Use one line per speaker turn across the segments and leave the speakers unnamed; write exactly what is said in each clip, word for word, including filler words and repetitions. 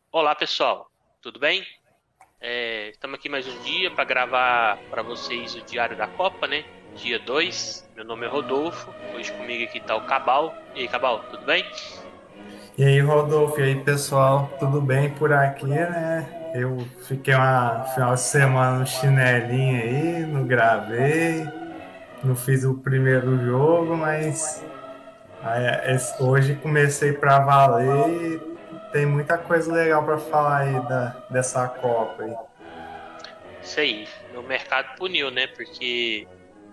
Olá pessoal, tudo bem? É, estamos aqui mais um dia para gravar para vocês o Diário da Copa, né? Dia dois. Meu nome é Rodolfo, hoje comigo aqui está o Cabal. E aí, Cabal, tudo bem?
E aí, Rodolfo, e aí, pessoal, tudo bem por aqui, né? Eu fiquei uma final de semana no chinelinho aí, não gravei, não fiz o primeiro jogo, mas aí, esse- hoje comecei para valer e tem muita coisa legal para falar aí da, dessa Copa aí.
Isso aí, meu mercado puniu, né? Porque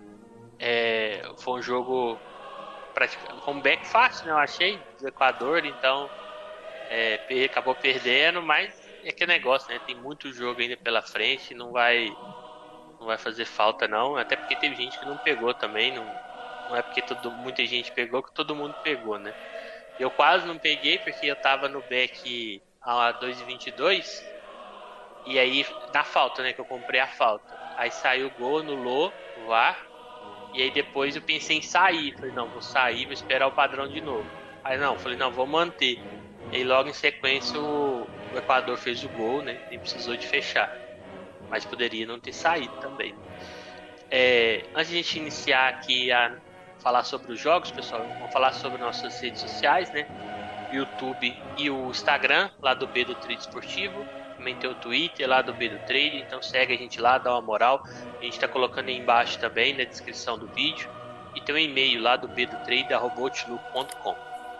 é, foi um jogo praticamente comeback fácil, né? Eu achei, do Equador, então é, per- acabou perdendo, mas é que negócio, né? Tem muito jogo ainda pela frente, não vai, não vai fazer falta não, até porque teve gente que não pegou também, não, não é porque todo, muita gente pegou que todo mundo pegou, né? Eu quase não peguei porque eu tava no back a dois e vinte e dois e aí na falta, né, que eu comprei a falta. Aí saiu o gol, anulou o V A R, e aí depois eu pensei em sair. Falei, não, vou sair, vou esperar o padrão de novo. Aí não, falei, não, vou manter. E aí logo em sequência o, o Equador fez o gol, né, nem precisou de fechar. Mas poderia não ter saído também. É, antes de a gente iniciar aqui a falar sobre os jogos, pessoal, vamos falar sobre nossas redes sociais, né? YouTube e o Instagram, lá do B do Trade Esportivo. Também tem o Twitter lá do B do Trade, então segue a gente lá, dá uma moral. A gente está colocando aí embaixo também na descrição do vídeo. E tem um e-mail lá do B do Trade, arroba outlook ponto com.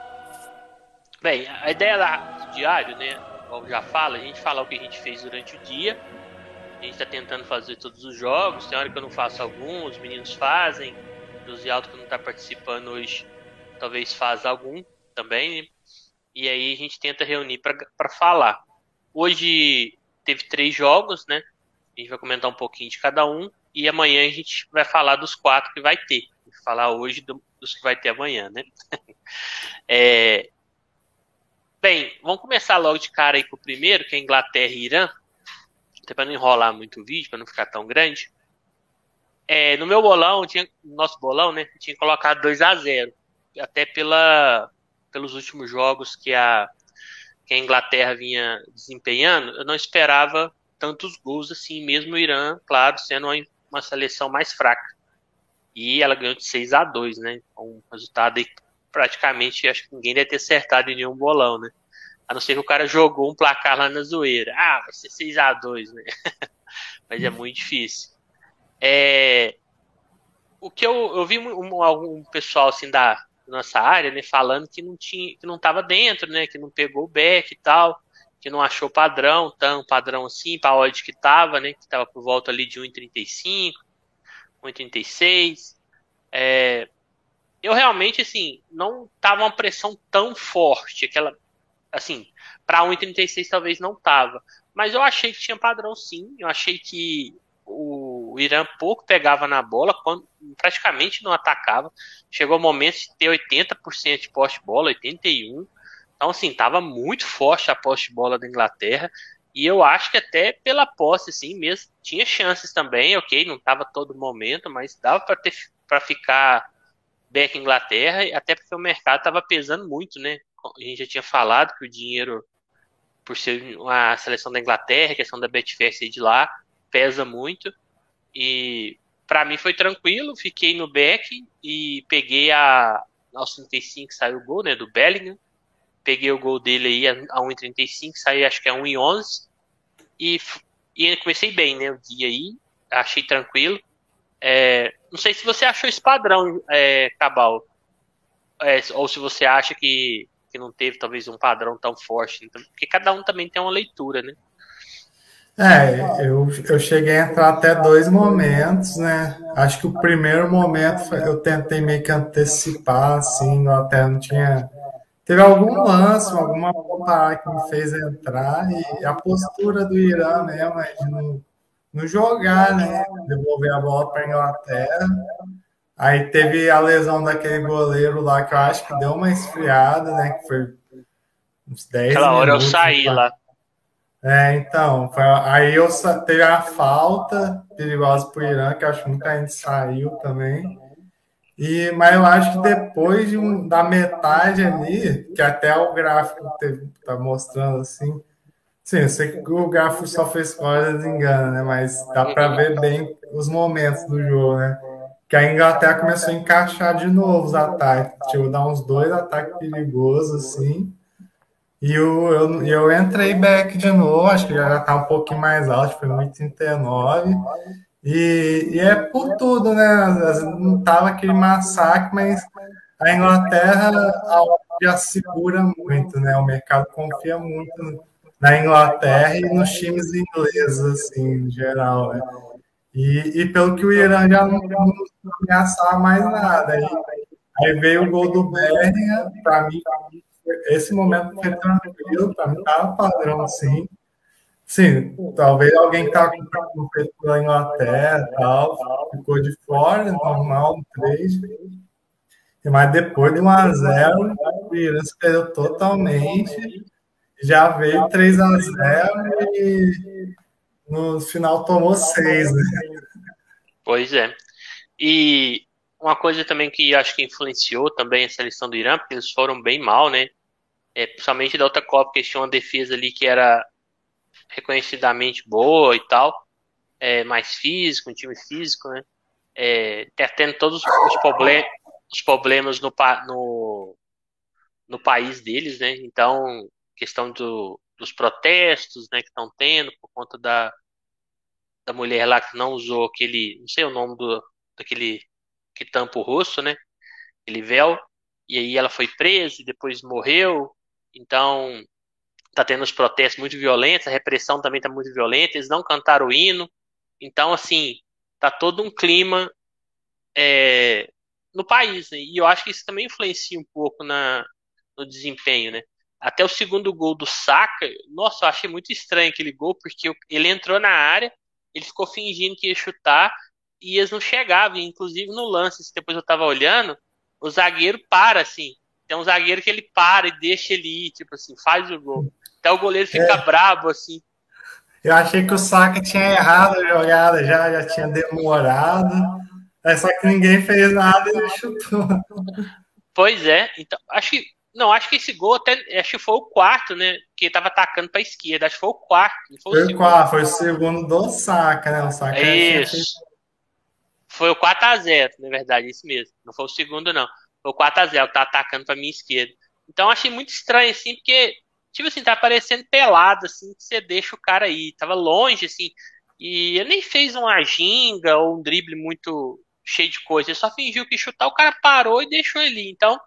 Bem, a ideia lá do diário, né? Como já fala, a gente fala o que a gente fez durante o dia. A gente está tentando fazer todos os jogos. Tem hora que eu não faço algum, os meninos fazem. José Alto, que não está participando hoje, talvez faça algum também, né? E aí a gente tenta reunir para falar. Hoje teve três jogos, né? A gente vai comentar um pouquinho de cada um. E amanhã a gente vai falar dos quatro que vai ter. Vou falar hoje do, dos que vai ter amanhã, né? É, bem, vamos começar logo de cara aí com o primeiro, que é Inglaterra e Irã. Até para não enrolar muito o vídeo, para não ficar tão grande. É, no meu bolão, tinha, no nosso bolão, né? Tinha colocado dois a zero. Até pela, pelos últimos jogos que a que a Inglaterra vinha desempenhando, eu não esperava tantos gols assim, mesmo o Irã, claro, sendo uma, uma seleção mais fraca. E ela ganhou de seis a dois, né? Um resultado aí que praticamente acho que ninguém deve ter acertado em nenhum bolão, né? A não ser que o cara jogou um placar lá na zoeira. Ah, vai ser seis a dois, né? Mas é muito difícil. É, o que eu, eu vi um, algum pessoal assim da nossa área, né, falando que não tinha, que não estava dentro, né, que não pegou o back e tal, que não achou padrão, tão padrão assim, para a odd que estava, né, que estava por volta ali de um e trinta e cinco, um e trinta e seis. É, eu realmente assim não tava uma pressão tão forte, aquela assim, para um e trinta e seis talvez não tava, mas eu achei que tinha padrão sim, eu achei que o Irã pouco pegava na bola, quando praticamente não atacava. Chegou o momento de ter oitenta por cento de posse de bola, oitenta e um por cento. Então, assim, tava muito forte a posse de bola da Inglaterra. E eu acho que até pela posse, assim, mesmo, tinha chances também, ok? Não tava todo momento, mas dava para ter para ficar back Inglaterra, até porque o mercado tava pesando muito, né? A gente já tinha falado que o dinheiro, por ser uma seleção da Inglaterra, a questão da Betfair de lá, pesa muito. E para mim foi tranquilo, fiquei no back e peguei a aos trinta e cinco saiu o gol, né, do Bellingham. Peguei o gol dele aí a um e trinta e cinco, saiu acho que é um e onze e e comecei bem, né, o dia aí, achei tranquilo. É, não sei se você achou esse padrão, é, Cabal, é, ou se você acha que, que não teve talvez um padrão tão forte, então, porque cada um também tem uma leitura, né?
É, eu, eu cheguei a entrar até dois momentos, né? Acho que o primeiro momento foi- eu tentei meio que antecipar, assim, eu até não tinha. Teve algum lance, alguma parada que me fez entrar e a postura do Irã mesmo é de não, não jogar, né? Devolver a bola para a Inglaterra. Aí teve a lesão daquele goleiro lá que eu acho que deu uma esfriada, né? Que foi uns dez
Aquela hora eu
minutos.
saí lá.
É, então, foi- aí eu sa- teve a falta perigosa para o Irã, que eu acho que muita gente saiu também. E, mas eu acho que depois de um- da metade ali, que até o gráfico está mostrando assim, Sim, eu sei que o Garfo só fez cordas engana, né? Mas dá para
Uhum.
ver bem os momentos do jogo, né? Que a Inglaterra começou a encaixar de novo os ataques. Tipo, dar uns dois ataques perigosos, assim. E eu, eu, eu entrei back de novo, acho que já tá um pouquinho mais alto, foi um e trinta e nove. E, e é por tudo, né? Às vezes não tava aquele massacre, mas a Inglaterra a hora já segura muito, né? O mercado confia muito na Inglaterra e nos times ingleses, assim, em geral, né? E, e pelo que o Irã já não, não ameaçava mais nada. Aí, aí veio o gol do Bellingham, para mim, esse momento foi tranquilo, para mim tava padrão, sim. Sim, talvez alguém que estava com preconceito pela Inglaterra e tal, ficou de fora, normal, no trade. Mas depois de um a zero o Irã se perdeu totalmente. Já veio três a zero e no final tomou seis, né?
Pois é. E uma coisa também que acho que influenciou também a seleção do Irã, porque eles foram bem mal, né? É, principalmente da outra Copa, que eles tinham uma defesa ali que era reconhecidamente boa e tal, é, mais físico, um time físico, né? É, tá tendo todos os, problem os problemas no, pa- no, no país deles, né? Então, questão do, dos protestos, né, que estão tendo por conta da, da mulher lá que não usou aquele, não sei o nome do, daquele que tampa o rosto, né? Aquele véu. E aí ela foi presa e depois morreu. Então, tá tendo os protestos muito violentos, a repressão também tá muito violenta, eles não cantaram o hino. Então, assim, tá todo um clima é, no país, né? E eu acho que isso também influencia um pouco na, no desempenho, né? Até o segundo gol do Saka, nossa, eu achei muito estranho aquele gol, porque ele entrou na área, ele ficou fingindo que ia chutar e eles não chegavam. Inclusive no lance, depois eu tava olhando, o zagueiro para assim. Tem um zagueiro que ele para e deixa ele ir, tipo assim, faz o gol. Até o goleiro fica
É,
brabo, assim.
eu achei que o Saka tinha errado a jogada já, já tinha demorado. É só que ninguém fez nada e ele chutou.
Pois é, então, acho que. Não, acho que esse gol até. Acho que foi o quarto, né? Que tava atacando pra esquerda. Acho que foi o quarto, não foi o
Foi
segundo.
qual? Foi o segundo do Saka, né? O Saka já tinha feito.
Isso. Foi o quatro a zero, na verdade, isso mesmo. Não foi o segundo, não. Foi o quatro a zero, que tá atacando pra minha esquerda. Então achei muito estranho, assim, porque, tipo assim, tá parecendo pelado, assim, que você deixa o cara aí. Tava longe, assim, e ele nem fez uma ginga ou um drible muito cheio de coisa. Ele só fingiu que chutar, o cara parou e deixou ele. Então,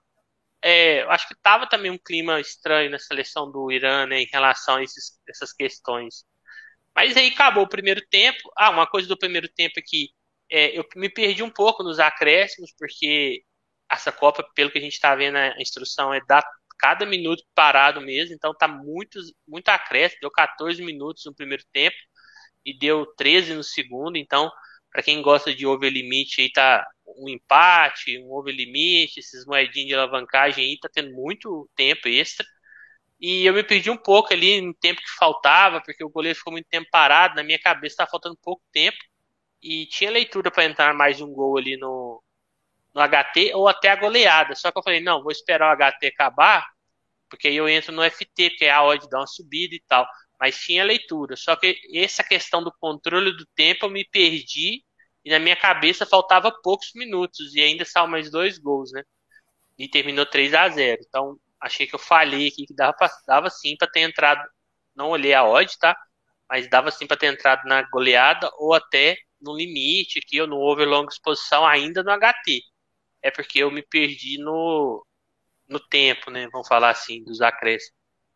é, eu acho que tava também um clima estranho na seleção do Irã, né, em relação a esses, essas questões. Mas aí acabou o primeiro tempo. Ah, uma coisa do primeiro tempo é que é, eu me perdi um pouco nos acréscimos, porque essa Copa, pelo que a gente está vendo, a instrução é dar cada minuto parado mesmo, então tá muito, muito acréscimo. Deu quatorze minutos no primeiro tempo e deu treze no segundo, então, para quem gosta de over limite, aí tá um empate, um over limite, esses moedinhos de alavancagem aí, tá tendo muito tempo extra. E eu me perdi um pouco ali no tempo que faltava, porque o goleiro ficou muito tempo parado. Na minha cabeça estava faltando pouco tempo. E tinha leitura para entrar mais um gol ali no, no H T ou até a goleada. Só que eu falei, não, vou esperar o H T acabar, porque aí eu entro no F T, porque é a odd dá uma subida e tal. Mas tinha leitura. Só que essa questão do controle do tempo eu me perdi. E na minha cabeça faltava poucos minutos. E ainda saiu mais dois gols, né? E terminou três a zero. Então, achei que eu falhei aqui, que dava, pra, dava sim para ter entrado. Não olhei a odd, tá? Mas dava sim para ter entrado na goleada ou até no limite aqui, ou no over longa exposição, ainda no H T. É porque eu me perdi no, no tempo, né? Vamos falar assim, dos acréscimos.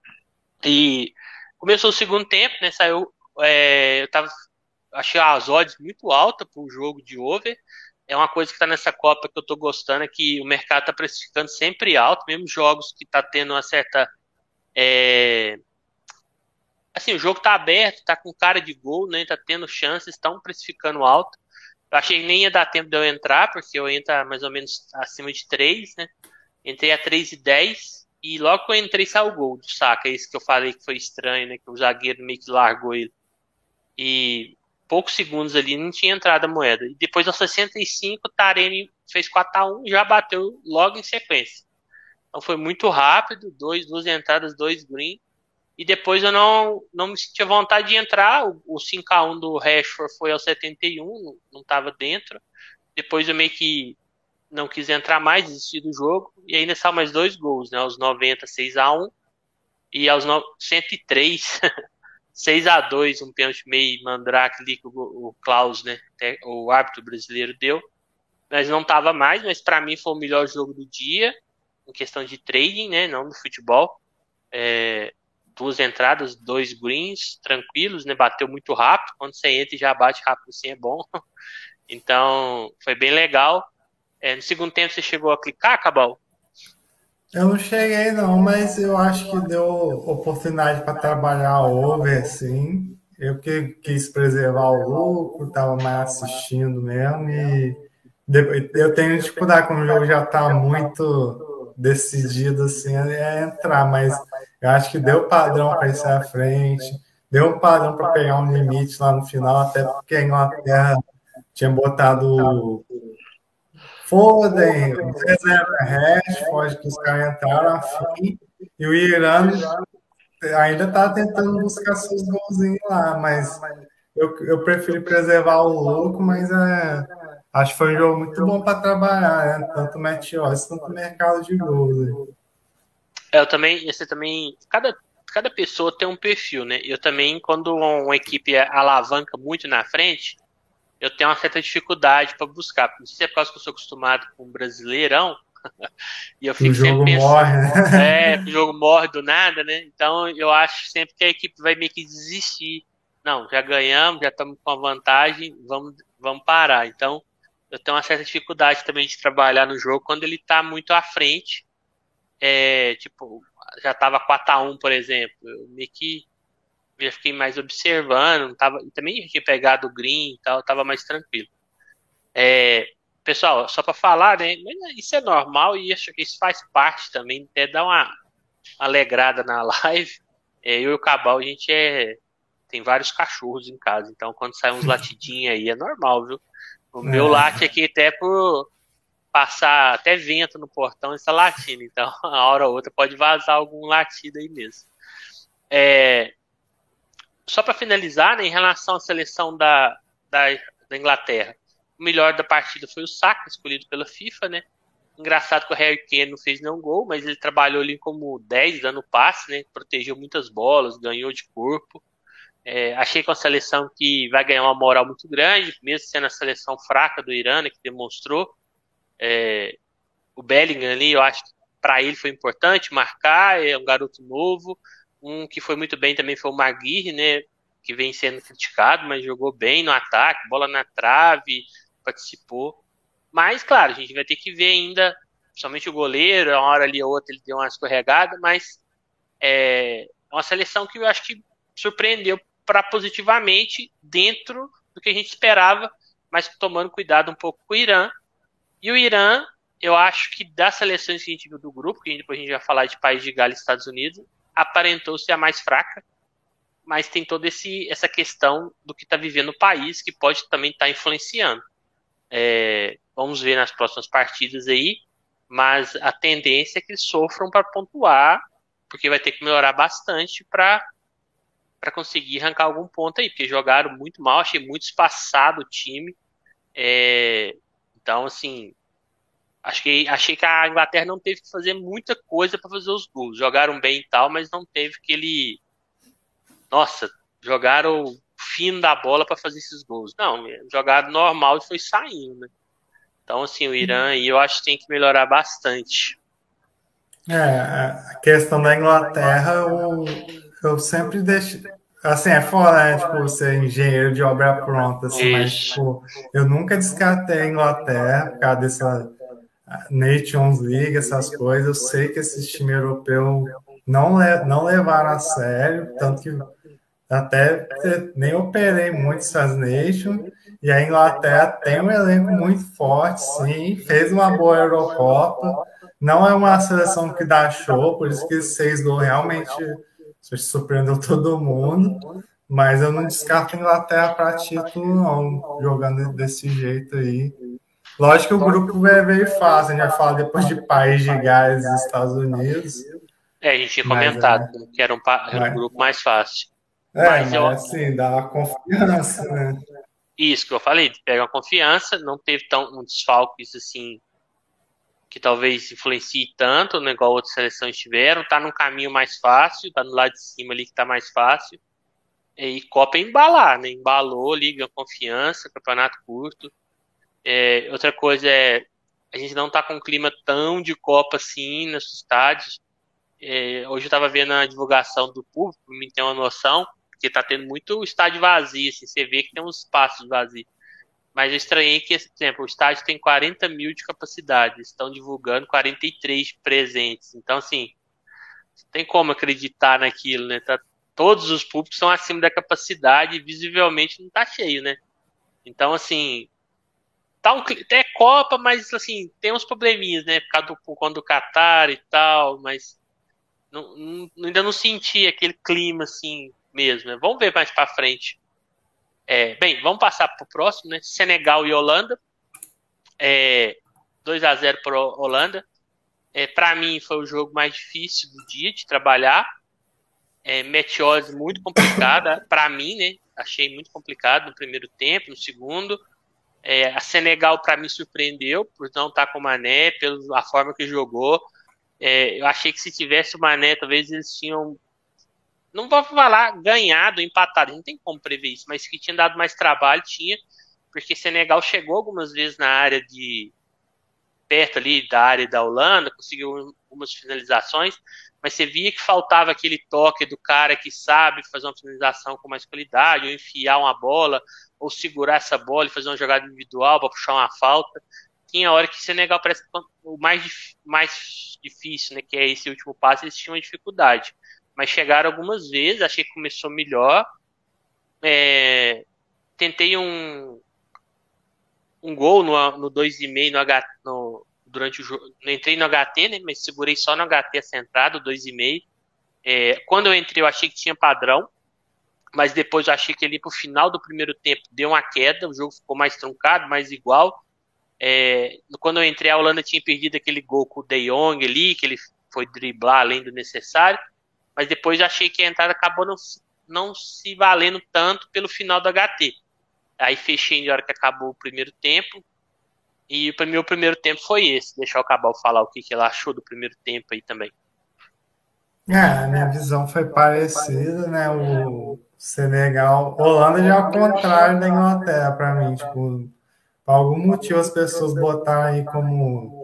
E começou o segundo tempo, né? Saiu. É, eu tava. Achei as odds muito altas para o jogo de over. É uma coisa que está nessa Copa que eu estou gostando, é que o mercado está precificando sempre alto, mesmo jogos que está tendo uma certa. É... Assim, o jogo está aberto, está com cara de gol, né? Tá tendo chances, estão precificando alto. Eu achei que nem ia dar tempo de eu entrar, porque eu entro mais ou menos acima de três, né? Entrei a três e dez e logo que eu entrei saiu o gol do Saka. É isso que eu falei que foi estranho, né? Que o zagueiro meio que largou ele. E poucos segundos ali não tinha entrado a moeda. E depois aos sessenta e cinco, Taremi fez quatro a um e já bateu logo em sequência. Então foi muito rápido, dois, duas entradas, dois green. E depois eu não, não me sentia vontade de entrar. O, o cinco a um do Rashford foi aos setenta e um, não estava dentro. Depois eu meio que não quis entrar mais, desisti do jogo. E ainda saiu mais dois gols, né? Aos noventa, seis a um. E aos cento e três, seis a dois, um pênalti meio mandrake ali que o, o Klaus, né? O árbitro brasileiro deu. Mas não estava mais, mas para mim foi o melhor jogo do dia, em questão de trading, né? Não do futebol. É, duas entradas, dois greens, tranquilos, né? Bateu muito rápido. Quando você entra e já bate rápido assim é bom. Então, foi bem legal. É, no segundo tempo você chegou a clicar, Cabal?
Eu não cheguei não, mas eu acho que deu oportunidade para trabalhar over, sim. Eu que quis preservar o lucro, estava mais assistindo mesmo e de- eu tenho dificuldade quando o jogo já está muito decidido assim, é entrar, mas eu acho que deu padrão para ir à frente, deu um padrão para pegar um limite lá no final, até porque a Inglaterra tinha botado Foden, reserva Rashford, que os caras entraram afim, e o Irã ainda está tentando buscar seus golzinhos lá, mas eu, eu prefiro preservar o louco, mas é, acho que foi um jogo muito bom para trabalhar, né? Tanto match odds, tanto mercado de gols. Né?
Eu também, esse também, cada, cada pessoa tem um perfil, né? Eu também, quando uma equipe alavanca muito na frente, eu tenho uma certa dificuldade para buscar. Não sei se é por causa que eu sou acostumado com o Brasileirão, e eu
O
fico sempre
jogo
pensando,
morre, né?
é, que o jogo morre do nada, né? Então eu acho sempre que a equipe vai meio que desistir. Não, já ganhamos, já estamos com a vantagem, vamos, vamos parar. Então eu tenho uma certa dificuldade também de trabalhar no jogo quando ele está muito à frente. É, tipo, já estava quatro a um, por exemplo. Eu meio que já fiquei mais observando, não tava, e também tinha pegado o green e tal, tava mais tranquilo. É, pessoal, só para falar, né? Isso é normal e acho que isso faz parte também, até dar uma alegrada na live. É, eu e o Cabal, a gente é, tem vários cachorros em casa, então quando sai uns latidinhos aí é normal, viu? O meu
É.
late aqui até por passar até vento no portão está latindo, então a hora ou outra pode vazar algum latido aí mesmo. É, só para finalizar, né, em relação à seleção da, da, da Inglaterra, o melhor da partida foi o Saka, escolhido pela FIFA, né? Engraçado que o Harry Kane não fez nenhum gol, mas ele trabalhou ali como dez, dando passe, né? Protegeu muitas bolas, ganhou de corpo. É, achei que é uma seleção que vai ganhar uma moral muito grande, mesmo sendo a seleção fraca do Irã, né, que demonstrou. É, o Bellingham ali, eu acho que para ele foi importante marcar, é um garoto novo. Um que foi muito bem também foi o Maguire, né? Que vem sendo criticado, mas jogou bem no ataque, bola na trave, participou. Mas, claro, a gente vai ter que ver ainda, somente o goleiro, uma hora ali ou outra ele deu uma escorregada, mas é uma seleção que eu acho que surpreendeu para positivamente dentro do que a gente esperava, mas tomando cuidado um pouco com o Irã. E o Irã, eu acho que das seleções que a gente viu do grupo, que depois a gente vai falar de País de Gales e Estados Unidos, aparentou ser a mais fraca, mas tem toda esse, essa questão do que está vivendo o país, que pode também estar tá influenciando. É, vamos ver nas próximas partidas aí, mas a tendência é que eles sofram para pontuar, porque vai ter que melhorar bastante para para conseguir arrancar algum ponto aí, porque jogaram muito mal, achei muito espaçado o time. É, então, assim, acho que, achei que a Inglaterra não teve que fazer muita coisa para fazer os gols. Jogaram bem e tal, mas não teve aquele. Nossa, jogaram o fino da bola para fazer esses gols. Não, jogaram normal e foi saindo, né? Então, assim, o Irã aí eu acho que tem que melhorar bastante.
É, a questão da Inglaterra, eu, eu sempre deixo. Assim, é fora, né? Tipo, ser engenheiro de obra pronta, assim, mas,
Isso.
tipo, eu nunca descartei a Inglaterra por causa dessa Nations League, essas coisas. Eu sei que esses times europeus não, le não levaram a sério, tanto que até nem operei muito essas Nations. E a Inglaterra tem um elenco muito forte, sim, fez uma boa Eurocopa. Não é uma seleção que dá show, por isso que esses seis gols realmente surpreendeu todo mundo. Mas eu não descarto a Inglaterra para título, não, jogando desse jeito aí. Lógico que o grupo veio fácil, a gente vai falar depois de País de Gales e Estados Unidos.
É, a gente tinha
Mas
comentado
é.
né, que era um, pa- era um
Mas,
grupo mais fácil.
é,
Mas eu,
mas assim, dá uma confiança, né?
isso que eu falei, de pegar uma confiança, não teve tão um desfalques assim que talvez influencie tanto, né, igual outras seleções tiveram, tá num caminho mais fácil, tá no lado de cima ali que tá mais fácil. E Copa é embalar, né? Embalou, liga confiança, campeonato curto. É, outra coisa é, a gente não tá com um clima tão de Copa assim nos estádios. É, hoje eu tava vendo a divulgação do público, pra mim ter uma noção, porque tá tendo muito estádio vazio, assim, você vê que tem uns espaços vazios. Mas eu estranhei que, por exemplo, o estádio tem quarenta mil de capacidade, eles estão divulgando quarenta e três presentes. Então, assim, não tem como acreditar naquilo, né? Tá, todos os públicos são acima da capacidade e visivelmente não tá cheio, né? Então, assim, tá um, até Copa, mas, assim, tem uns probleminhas, né? Por causa do, por conta do Qatar e tal, mas não, não, ainda não senti aquele clima, assim, mesmo, né? Vamos ver mais pra frente. É, bem, vamos passar pro próximo, né? Senegal e Holanda. É, dois a zero para Holanda. É, para mim foi o jogo mais difícil do dia de trabalhar. É, Meteose muito complicada para mim, né? Achei muito complicado no primeiro tempo, no segundo. É, a Senegal para mim surpreendeu por não estar com o Mané, pela forma que jogou. É, eu achei que se tivesse o Mané, talvez eles tinham, não vou falar ganhado, empatado, não tem como prever isso, mas que tinha dado mais trabalho, tinha, porque Senegal chegou algumas vezes na área de perto ali da área da Holanda, conseguiu algumas finalizações, mas você via que faltava aquele toque do cara que sabe fazer uma finalização com mais qualidade, ou enfiar uma bola, ou segurar essa bola e fazer uma jogada individual para puxar uma falta. Tinha hora que o Senegal parece que o mais, mais difícil, né, que é esse último passo, eles tinham uma dificuldade. Mas chegaram algumas vezes, achei que começou melhor. É, tentei um, um gol no, no dois e meio no H, no, durante o jogo. Não entrei no H T, né? Mas segurei só no H T centrado, dois e meio. É, quando eu entrei, eu achei que tinha padrão, mas depois eu achei que ali pro final do primeiro tempo deu uma queda, o jogo ficou mais truncado, mais igual. É, quando eu entrei, a Holanda tinha perdido aquele gol com o De Jong ali, que ele foi driblar além do necessário, mas depois eu achei que a entrada acabou não, não se valendo tanto pelo final do H T. Aí fechei na hora que acabou o primeiro tempo. E o meu primeiro tempo foi esse. Deixa eu acabar de falar o que, que ela achou do primeiro tempo aí também.
É, a minha visão foi parecida, né? O Senegal, Holanda já é ao contrário da Inglaterra para mim, tipo, por algum motivo as pessoas botaram aí como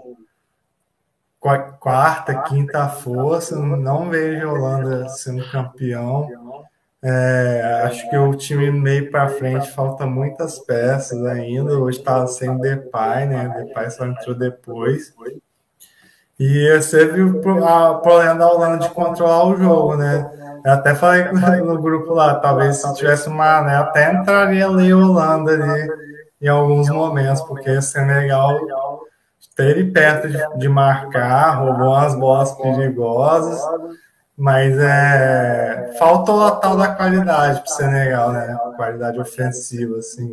quarta, quinta força, não vejo a Holanda sendo campeão. É, acho que o time meio para frente falta muitas peças ainda. Hoje está sem Depay, né? Depay só entrou depois. E você viu o problema da Holanda de controlar o jogo, né? Eu até falei no grupo lá, talvez se tivesse uma, né, até entraria ali a Holanda ali em alguns momentos, porque o Senegal esteve perto de, de marcar, roubou umas bolas perigosas, mas é, faltou a tal da qualidade para o Senegal, né? Qualidade ofensiva, assim.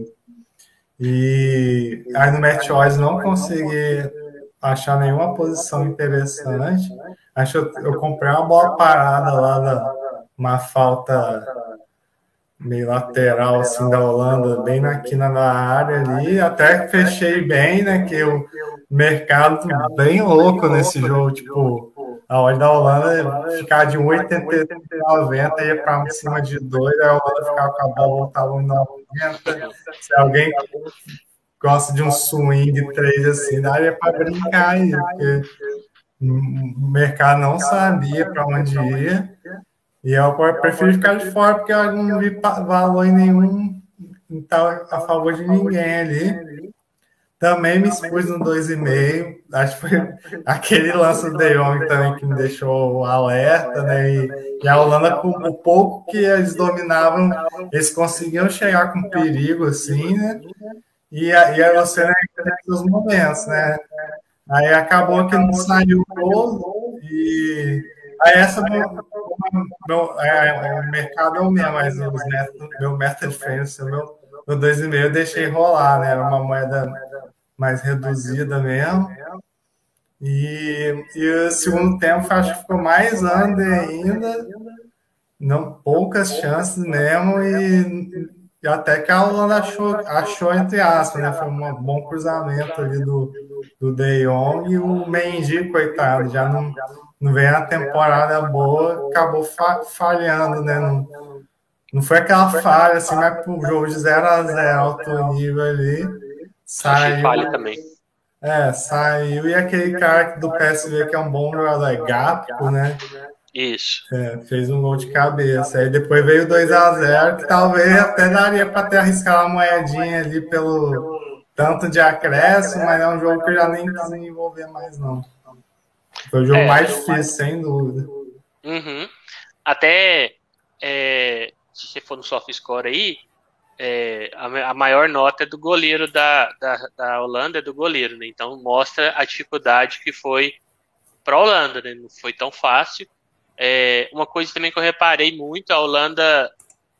E aí no Match Odds não consegui achar nenhuma posição interessante. Acho que eu, eu comprei uma bola parada lá, da, uma falta meio lateral assim da Holanda, bem na quina da área ali. Até que fechei bem, né? Que o mercado bem louco nesse jogo, tipo, a odd da Holanda ficar de um vírgula oitenta e noventa ia para cima de dois, aí a Holanda ficava com a bola, voltava um noventa. Se alguém gosta de um swing três assim, daria para brincar aí, porque o mercado não sabia para onde ia. E eu prefiro ficar de fora porque eu não vi valor em nenhum, não tá a favor de ninguém ali. Também me expus no dois e meio. Acho que foi aquele lance do De Jong também que me deixou alerta, né? E, e a Holanda, com o pouco que eles dominavam, eles conseguiam chegar com perigo, assim, né? E, a, e a você, né, nos momentos, né? Aí acabou que não saiu o gol e aí essa meu, meu, é, o mercado é o mesmo, mas os métodos, meu meta diferença, meu, meu dois e meio eu deixei rolar, né? Era uma moeda mais reduzida mesmo. E, e o segundo tempo acho que ficou mais under ainda, não, poucas chances mesmo, e, e até que a Holanda achou, achou, entre aspas, né? Foi um bom cruzamento ali do, do De Jong, e o Mendy, coitado, já não, não vem a temporada boa, acabou fa falhando, né? Não, não foi aquela falha assim, mas pro jogo de zero a zero alto nível ali,
Achei
saiu.
falha também.
É, saiu, e aquele cara do P S V que é um bom jogador, é Gakpo, né?
Isso.
É, fez um gol de cabeça. Aí depois veio dois a zero, que talvez até daria para ter arriscado uma moedinha ali pelo tanto de acréscimo, mas é um jogo que eu já nem quis me envolver mais, não. Foi o jogo
É.
mais difícil, sem dúvida.
Uhum. Até é, se você for no SofaScore aí, é, a, a maior nota é do goleiro da, da, da Holanda, é do goleiro, né? Então mostra a dificuldade que foi para a Holanda, né? Não foi tão fácil. É, uma coisa também que eu reparei muito, a Holanda,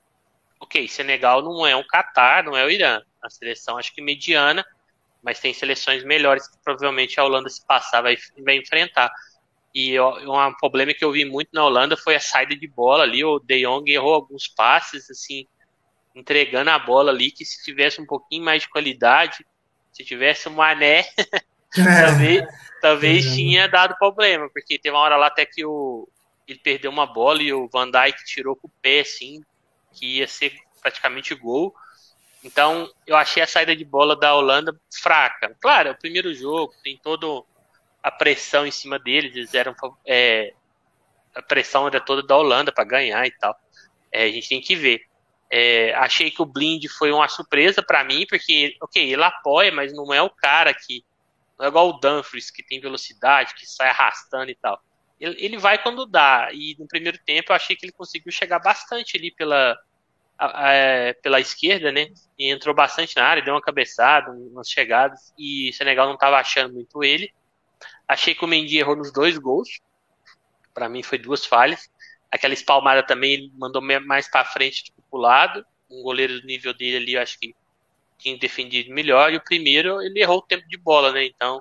ok, Senegal não é um Catar, não é o Irã, a seleção acho que mediana, mas tem seleções melhores que provavelmente a Holanda, se passar, vai, vai enfrentar. E ó, um problema que eu vi muito na Holanda foi a saída de bola ali. O De Jong errou alguns passes, assim, entregando a bola ali, que se tivesse um pouquinho mais de qualidade, se tivesse um Mané, talvez, talvez tinha dado problema, porque teve uma hora lá até que o, ele perdeu uma bola e o Van Dijk tirou com o pé, assim, que ia ser praticamente gol. Então, eu achei a saída de bola da Holanda fraca. Claro, é o primeiro jogo, tem todo a pressão em cima deles, eles eram é, a pressão era toda da Holanda para ganhar e tal. É, a gente tem que ver. É, achei que o Blind foi uma surpresa para mim, porque, ok, ele apoia, mas não é o cara que. Não é igual o Dumfries, que tem velocidade, que sai arrastando e tal. Ele, ele vai quando dá, e no primeiro tempo eu achei que ele conseguiu chegar bastante ali pela, a, a, pela esquerda, né? E entrou bastante na área, deu uma cabeçada, umas chegadas, e o Senegal não estava achando muito ele. Achei que o Mendy errou nos dois gols. Para mim foi duas falhas. Aquela espalmada também ele mandou mais para frente do que pro lado. Um goleiro do nível dele ali, eu acho que tinha defendido melhor. E o primeiro, ele errou o tempo de bola, né? Então,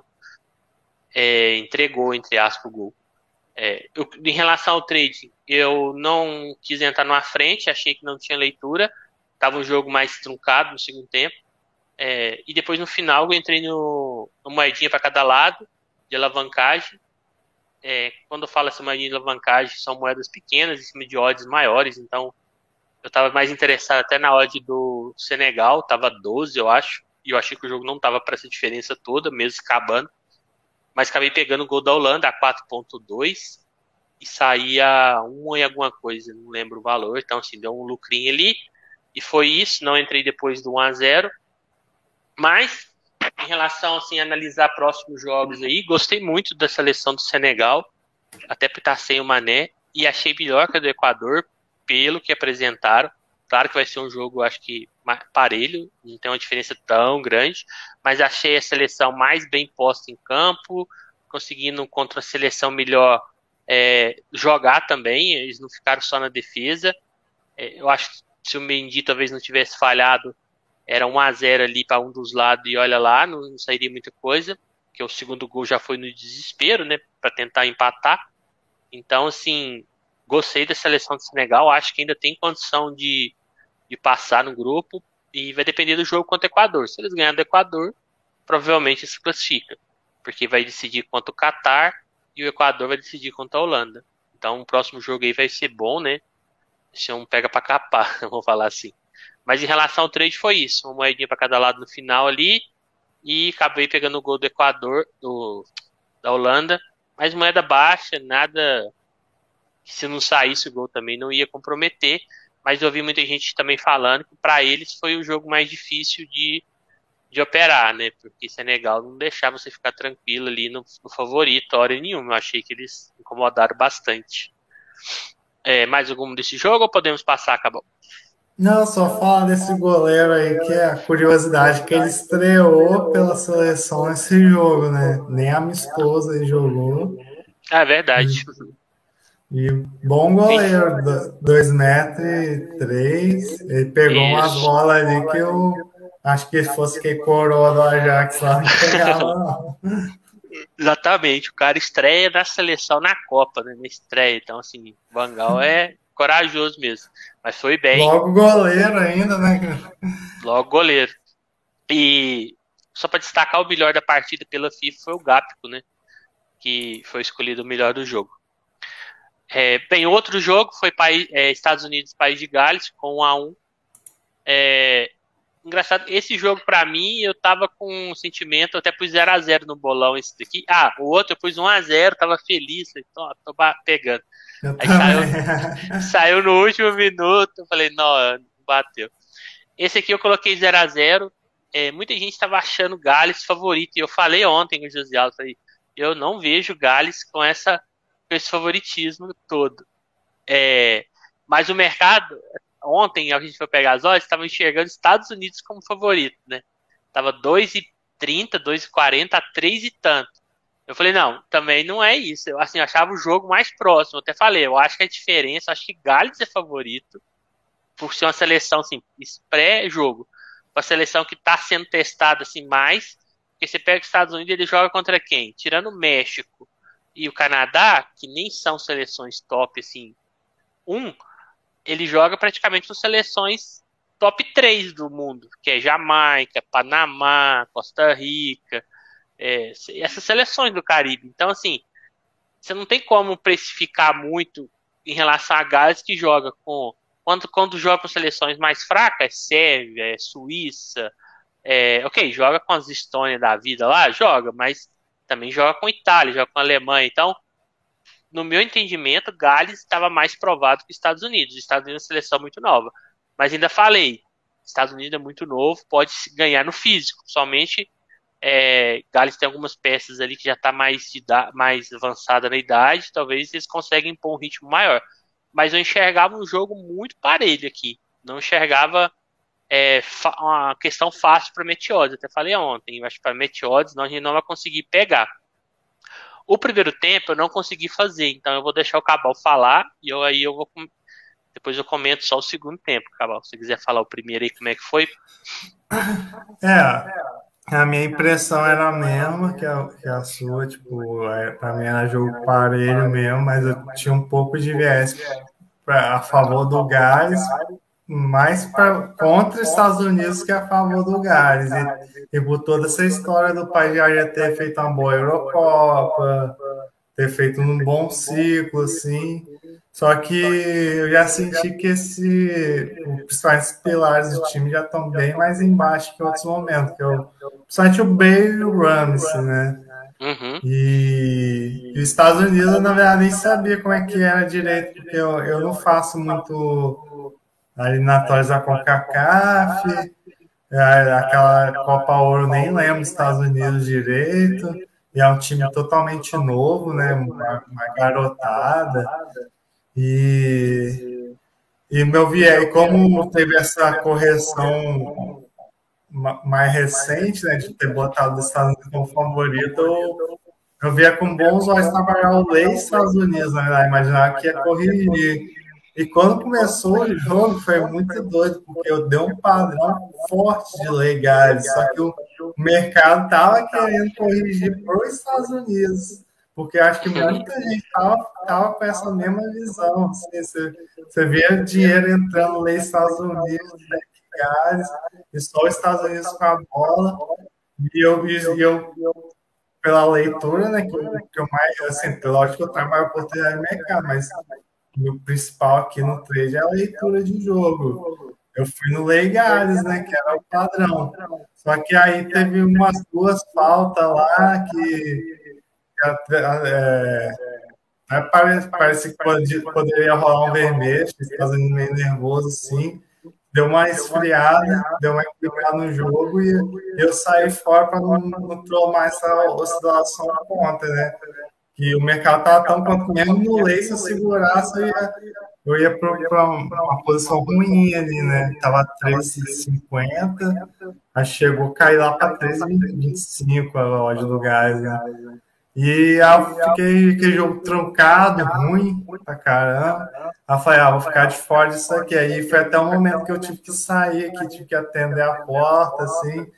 é, entregou, entre aspas, o gol. É, eu, em relação ao trade, eu não quis entrar numa frente, achei que não tinha leitura. Tava um jogo mais truncado no segundo tempo. É, e depois, no final, eu entrei no, no moedinha para cada lado, de alavancagem. É, quando eu falo essa moedinha de alavancagem, são moedas pequenas em cima de odds maiores, então eu estava mais interessado até na odd do Senegal, estava doze, eu acho, e eu achei que o jogo não estava para essa diferença toda, mesmo acabando, mas acabei pegando o gol da Holanda a quatro ponto dois e saía um e alguma coisa, não lembro o valor, então assim, deu um lucrinho ali, e foi isso, não entrei depois do um a zero, mas em relação assim, a analisar próximos jogos aí, gostei muito da seleção do Senegal, até por estar sem o Mané, e achei melhor que a do Equador, pelo que apresentaram. Claro que vai ser um jogo, acho que parelho, não tem uma diferença tão grande, mas achei a seleção mais bem posta em campo, conseguindo contra a seleção melhor é, jogar também, eles não ficaram só na defesa. É, eu acho que se o Mendy talvez não tivesse falhado, era um a zero ali para um dos lados e olha lá, não, não sairia muita coisa, porque o segundo gol já foi no desespero, né, para tentar empatar. Então, assim, gostei da seleção do Senegal, acho que ainda tem condição de, de passar no grupo e vai depender do jogo contra o Equador. Se eles ganharem do Equador, provavelmente se classifica, porque vai decidir contra o Catar e o Equador vai decidir contra a Holanda. Então, o próximo jogo aí vai ser bom, né? Se um pega para capar, vou falar assim. Mas em relação ao trade foi isso, uma moedinha para cada lado no final ali, e acabei pegando o gol do Equador, do, da Holanda, mas moeda baixa, nada que se não saísse o gol também não ia comprometer, mas eu vi muita gente também falando que para eles foi o jogo mais difícil de, de operar, né, porque Senegal não deixava você ficar tranquilo ali no, no favorito, hora nenhuma, eu achei que eles incomodaram bastante. É, mais algum desse jogo ou podemos passar, acabou?
Não, só fala desse goleiro aí, que é a curiosidade, que ele estreou pela seleção nesse jogo, né? Nem amistoso ele jogou.
Ah, é verdade.
E bom goleiro, dois metros e três. Ele pegou Isso. umas bolas ali que eu acho que se fosse que coroa do Ajax lá, não pegava, não.
Exatamente, o cara estreia na seleção na Copa, né? Na estreia. Então, assim, o Van Gaal é corajoso mesmo. Mas foi bem,
Logo goleiro ainda, né?
logo goleiro. E só para destacar, o melhor da partida pela FIFA foi o Gápico, né? Que foi escolhido o melhor do jogo. É, bem, outro jogo foi país, é, Estados Unidos, País de Gales, com um a um. É, engraçado, esse jogo pra mim, eu tava com um sentimento, eu até pus zero a zero no bolão esse daqui. Ah, o outro eu pus um a zero, tava feliz, então tô pegando.
Eu
Aí saiu,
também.
saiu no último minuto, eu falei, não, não bateu. Esse aqui eu coloquei zero a zero. É, muita gente estava achando Gales favorito. E eu falei ontem com o José Alves, falei, eu não vejo Gales com, essa, com esse favoritismo todo. É, mas o mercado, ontem, a gente foi pegar as odds, estava enxergando Estados Unidos como favorito, né? Tava dois e trinta, dois e quarenta a três e tanto. Eu falei, não, também não é isso. Eu, assim, eu achava o jogo mais próximo. Eu até falei, eu acho que a diferença, acho que Gales é favorito, por ser uma seleção assim, pré-jogo, uma seleção que está sendo testada assim mais, porque você pega os Estados Unidos, ele joga contra quem? Tirando o México e o Canadá, que nem são seleções top assim, um, ele joga praticamente com seleções top três do mundo, que é Jamaica, Panamá, Costa Rica, é, essas seleções do Caribe. Então, assim, você não tem como precificar muito em relação a Gales, que joga com Quando, quando joga com seleções mais fracas, Sérvia, Suíça, é, ok, joga com as Estônia da vida lá, joga, mas também joga com Itália, joga com Alemanha. Então, no meu entendimento, Gales estava mais provado que os Estados Unidos. Os Estados Unidos é uma seleção muito nova. Mas ainda falei, Estados Unidos é muito novo, pode ganhar no físico. Somente é, Gales tem algumas peças ali que já está mais, mais avançada na idade, talvez eles conseguem impor um ritmo maior. Mas eu enxergava um jogo muito parelho aqui. Não enxergava é, uma questão fácil para Meteodes. Até falei ontem, eu acho que para Meteodes nós não vai conseguir pegar. O primeiro tempo eu não consegui fazer, então eu vou deixar o Cabal falar e eu, aí eu vou depois eu comento só o segundo tempo, Cabal. Se você quiser falar o primeiro aí, como é que foi?
É, a minha impressão era a mesma que a, que a sua, tipo, é, pra mim era jogo parelho mesmo, mas eu tinha um pouco de viés pra, a favor do Gales, mais pra, contra os Estados Unidos que a favor do Gales. E, e por toda essa história do país já ia ter feito uma boa Eurocopa, ter feito um bom ciclo, assim. Só que eu já senti que esse, os principais pilares do time já estão bem mais embaixo que em outros momentos, que eu, principalmente o Bale e o Ramsey, né?
Uhum.
E, e os Estados Unidos, eu, na verdade, nem sabia como é que era direito, porque eu, eu não faço muito eliminatórias da CONCACAF, aquela Copa Ouro, nem lembro dos Estados Unidos direito, e é um time totalmente novo, né? Uma, uma garotada. E, e meu viés, como teve essa correção mais recente, né, de ter botado os Estados Unidos como favorito, eu, eu via com bons olhos trabalhar o lei Estados Unidos, né? Imaginava que ia corrigir. E quando começou o jogo, foi muito doido, porque eu dei um padrão forte de legais, só que o mercado estava querendo corrigir para os Estados Unidos, porque acho que muita gente estava com essa mesma visão. Assim, você, você via dinheiro entrando lá nos Estados Unidos, legais, e só os Estados Unidos com a bola, e eu, e eu pela leitura, né, que eu, que eu mais, assim, lógico que eu trabalho oportunidade de mercado, mas o principal aqui no trade é a leitura de jogo. Eu fui no Legales, né, que era o padrão. Só que aí teve umas duas faltas lá que, que é, é, parece, parece que pode, poderia rolar um vermelho, fazendo meio nervoso assim. Deu uma esfriada, deu uma equilibrada no jogo e eu saí fora para não, não tomar essa oscilação contra, né? Que o mercado estava tão quanto mesmo no lei, se eu segurasse, eu ia, eu ia para uma posição ruim ali, né? Tava treze e cinquenta, aí chegou a cair lá para treze e vinte e cinco a loja do gás, né? E aí eu fiquei aquele jogo truncado, ruim pra caramba. Aí eu falei, ah, vou ficar de fora disso aqui. Aí foi até o momento que eu tive que sair aqui, tive que atender a porta, assim.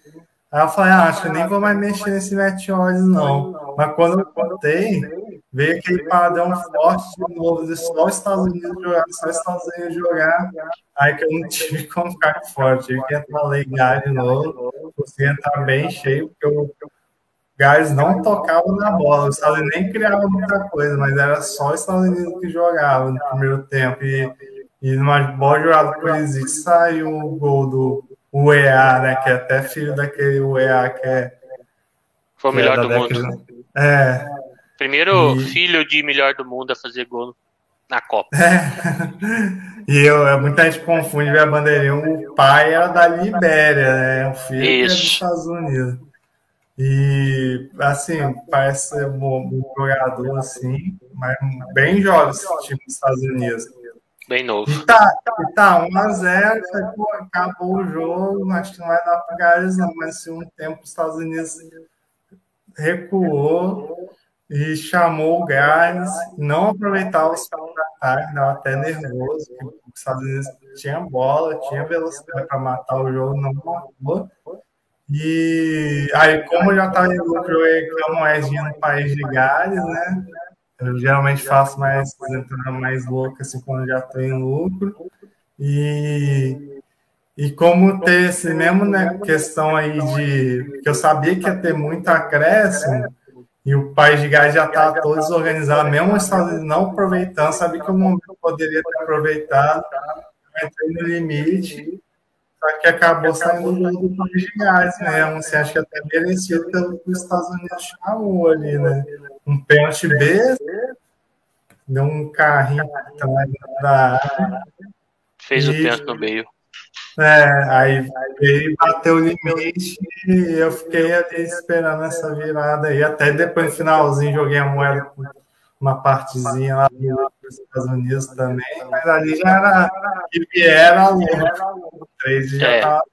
Aí eu falei, ah, acho que eu nem vou mais mexer nesse Meteoris, não. Mas quando eu voltei, veio aquele padrão forte de novo, de só os Estados Unidos jogar, só os Estados Unidos jogar. Aí que eu não tive como ficar forte, tive que entrar legal de novo, consegui entrar bem cheio, porque o Gales não tocava na bola, os Estados Unidos nem criavam muita coisa, mas era só os Estados Unidos que jogava no primeiro tempo. E, e numa boa jogada por Pulisic saiu o gol do U E A, né? Que é até filho daquele U E A que é,
Foi o
que é
melhor
da
do mundo.
década. É.
Primeiro
E,
filho de melhor do mundo a fazer gol na Copa.
é, e eu, muita gente confunde ver a bandeirinha. O pai era da Libéria, né? O filho que é dos
Isso.
Estados Unidos. E, assim, parece ser um, um jogador, assim, mas bem jovem esse time dos Estados Unidos.
Bem novo.
E tá, e tá um a zero, pô, acabou o jogo, acho que não vai dar para Gales não, mas se um tempo os Estados Unidos recuou e chamou o Gales, não aproveitava os contra-ataques, dava até nervoso, porque os Estados Unidos tinha bola, tinha velocidade para matar o jogo, não matou. E aí, como eu já estava em lucro, eu reclamo mais de ir no país de Gales, né? Eu geralmente faço mais entrada mais louca assim quando eu já estou em lucro. E, e como ter esse mesmo, né, questão aí de que eu sabia que ia ter muito acréscimo e o país de Gales já estava todo desorganizado, mesmo os Estados Unidos não aproveitando, sabia que o momento poderia ter aproveitado, eu entrei no limite. Só que acabou saindo do gol do País de Gales mesmo. Assim, acho que até merecido pelo que os Estados Unidos chamou ali, né? Um pênalti B, deu um carrinho atrás da área.
Fez o
E
pênalti no meio.
é, aí ele bateu o limite e eu fiquei ali esperando essa virada aí. Até depois no finalzinho joguei a moeda uma partezinha lá dos Estados Unidos também, mas ali já era que era louco. O três já
É.
estava.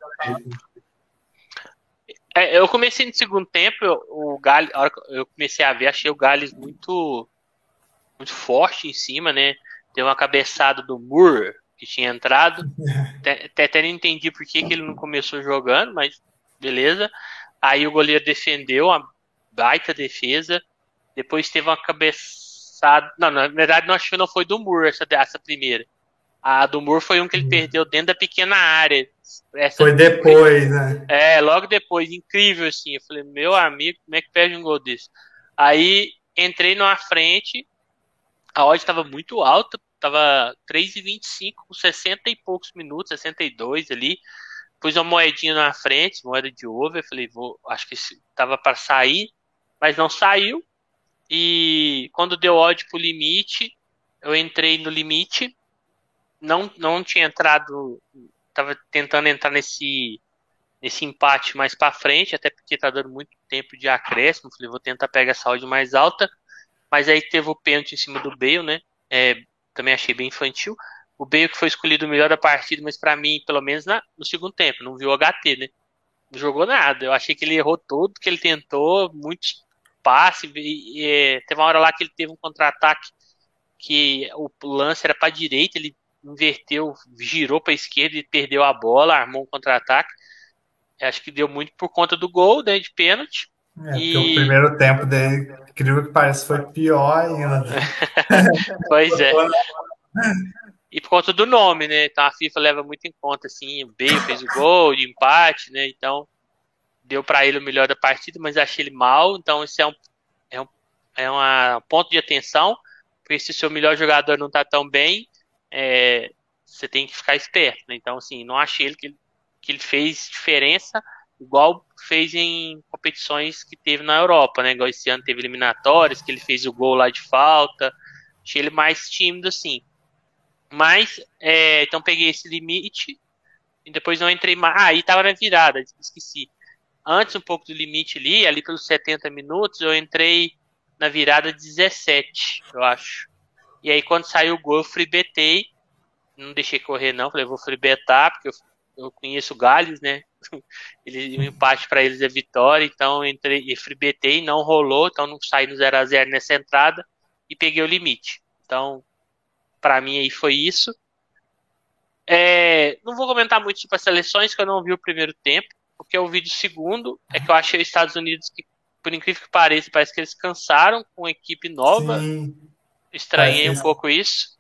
É, eu comecei no segundo tempo, eu- o Gales, a hora que eu comecei a ver, achei o Gales muito, muito forte em cima, né? Deu uma cabeçada do Moore, que tinha entrado. Até, até até não entendi por que, que ele não começou jogando, mas beleza. Aí o goleiro defendeu, uma baita defesa. Depois teve uma cabeçada. Não, na verdade, não acho que não foi do Moore essa, essa primeira. A do Moore foi um que ele perdeu dentro da pequena área. Essa
Foi depois, né?
É, logo depois, incrível assim. Eu falei, meu amigo, como é que perde um gol desse? Aí entrei na frente, a odd estava muito alta, tava três e vinte e cinco, com sessenta e poucos minutos, sessenta e dois ali. Pus uma moedinha na frente, moeda de over. Falei, vou, acho que tava para sair, mas não saiu. E quando deu odd pro limite, eu entrei no limite. Não, não tinha entrado, tava tentando entrar nesse nesse empate mais para frente, até porque tá dando muito tempo de acréscimo. Falei, vou tentar pegar essa odd mais alta. Mas aí teve o pênalti em cima do Bale, né? É, também achei bem infantil. O Bale que foi escolhido o melhor da partida, mas para mim, pelo menos na, no segundo tempo, não viu o H T, né? Não jogou nada. Eu achei que ele errou tudo que ele tentou, muitos passes. E, e, teve uma hora lá que ele teve um contra-ataque que o lance era para direita, ele inverteu, girou para esquerda e perdeu a bola, armou um contra-ataque. Acho que deu muito por conta do gol, né, de pênalti.
É, porque o
E
primeiro tempo dele, incrível que parece, foi pior ainda.
pois é. E por conta do nome, né? Então a FIFA leva muito em conta, assim, o Bale fez o gol de empate, né? Então deu para ele o melhor da partida, mas achei ele mal. Então esse é um, é um, é um ponto de atenção, porque se o seu melhor jogador não tá tão bem, é, você tem que ficar esperto, né? Então, assim, não achei ele que, ele que ele fez diferença igual fez em competições que teve na Europa, né? Igual esse ano teve eliminatórias, que ele fez o gol lá de falta. Achei ele mais tímido, assim. Mas, é, então peguei esse limite e depois não entrei mais. Ah, aí tava na virada, esqueci. Antes um pouco do limite ali, ali pelos setenta minutos, eu entrei na virada dezessete, eu acho. E aí quando saiu o gol, eu freebetei. Não deixei correr não, falei, vou freebetar, porque eu, eu conheço o Gales, né? Ele, o empate para eles é vitória, então eu entrei e freebetei, não rolou, então não saí no zero a zero nessa entrada e peguei o limite. Então, para mim aí foi isso. É, não vou comentar muito sobre as seleções, que eu não vi o primeiro tempo. que eu vi do segundo é que eu achei os Estados Unidos que, por incrível que pareça, parece que eles cansaram com a equipe nova.
Sim,
Estranhei um pouco isso.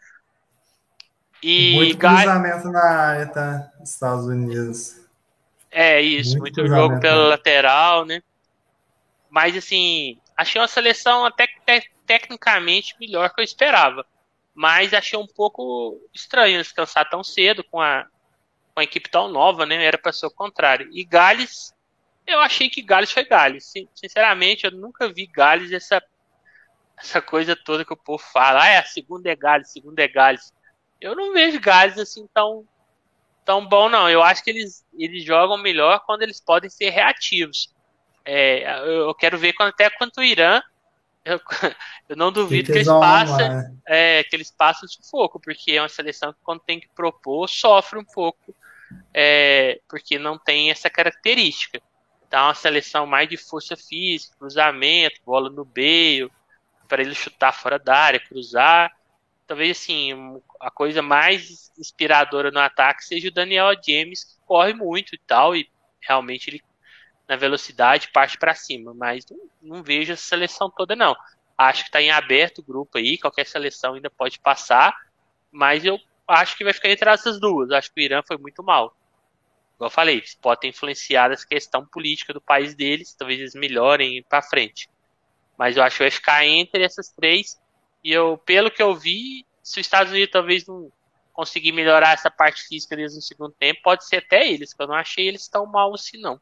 E
muito cruzamento na área, tá? Estados Unidos.
É isso, muito, muito jogo pela na... lateral, né? Mas assim, achei uma seleção até que te tecnicamente melhor que eu esperava. Mas achei um pouco estranho descansar tão cedo com a, com a equipe tão nova, né? Era para ser o contrário. E Gales, eu achei que Gales foi Gales. Sinceramente, eu nunca vi Gales essa, essa coisa toda que o povo fala. Ah, é, a segunda é Gales, segunda é Gales. Eu não vejo Gales assim tão, tão bom, não. Eu acho que eles, eles jogam melhor quando eles podem ser reativos. É, eu quero ver quando, até quanto o Irã, eu, eu não duvido que, que eles passem é, que eles passem sufoco, porque é uma seleção que quando tem que propor, sofre um pouco, é, porque não tem essa característica. Então é uma seleção mais de força física, cruzamento, bola no meio, para ele chutar fora da área, cruzar. Talvez assim, a coisa mais inspiradora no ataque seja o Daniel James, que corre muito e tal, e realmente ele na velocidade parte para cima, mas não, não vejo essa seleção toda não. Acho que está em aberto o grupo aí, qualquer seleção ainda pode passar, mas eu acho que vai ficar entre essas duas. Acho que o Irã foi muito mal. Igual eu falei, pode ter influenciado essa questão política do país deles, talvez eles melhorem para frente. Mas eu acho que vai ficar entre essas três, e eu, pelo que eu vi, se os Estados Unidos talvez não conseguir melhorar essa parte física deles no segundo tempo, pode ser até eles, que eu não achei eles tão mal assim não.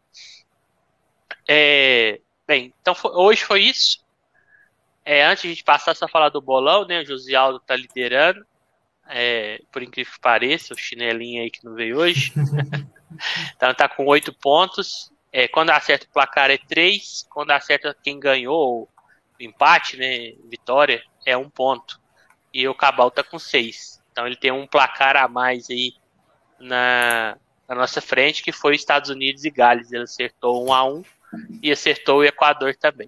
É, bem, então foi, hoje foi isso. É, antes de a gente passar só a falar do bolão, né? O José Aldo tá liderando. É, por incrível que pareça, o chinelinho aí que não veio hoje. Então tá com oito pontos. É, quando acerta o placar é três. Quando acerta quem ganhou o empate, né? Vitória, é um ponto. E o Cabal tá com seis. Então ele tem um placar a mais aí na, na nossa frente, que foi Estados Unidos e Gales. Ele acertou um a um. E acertou o Equador também.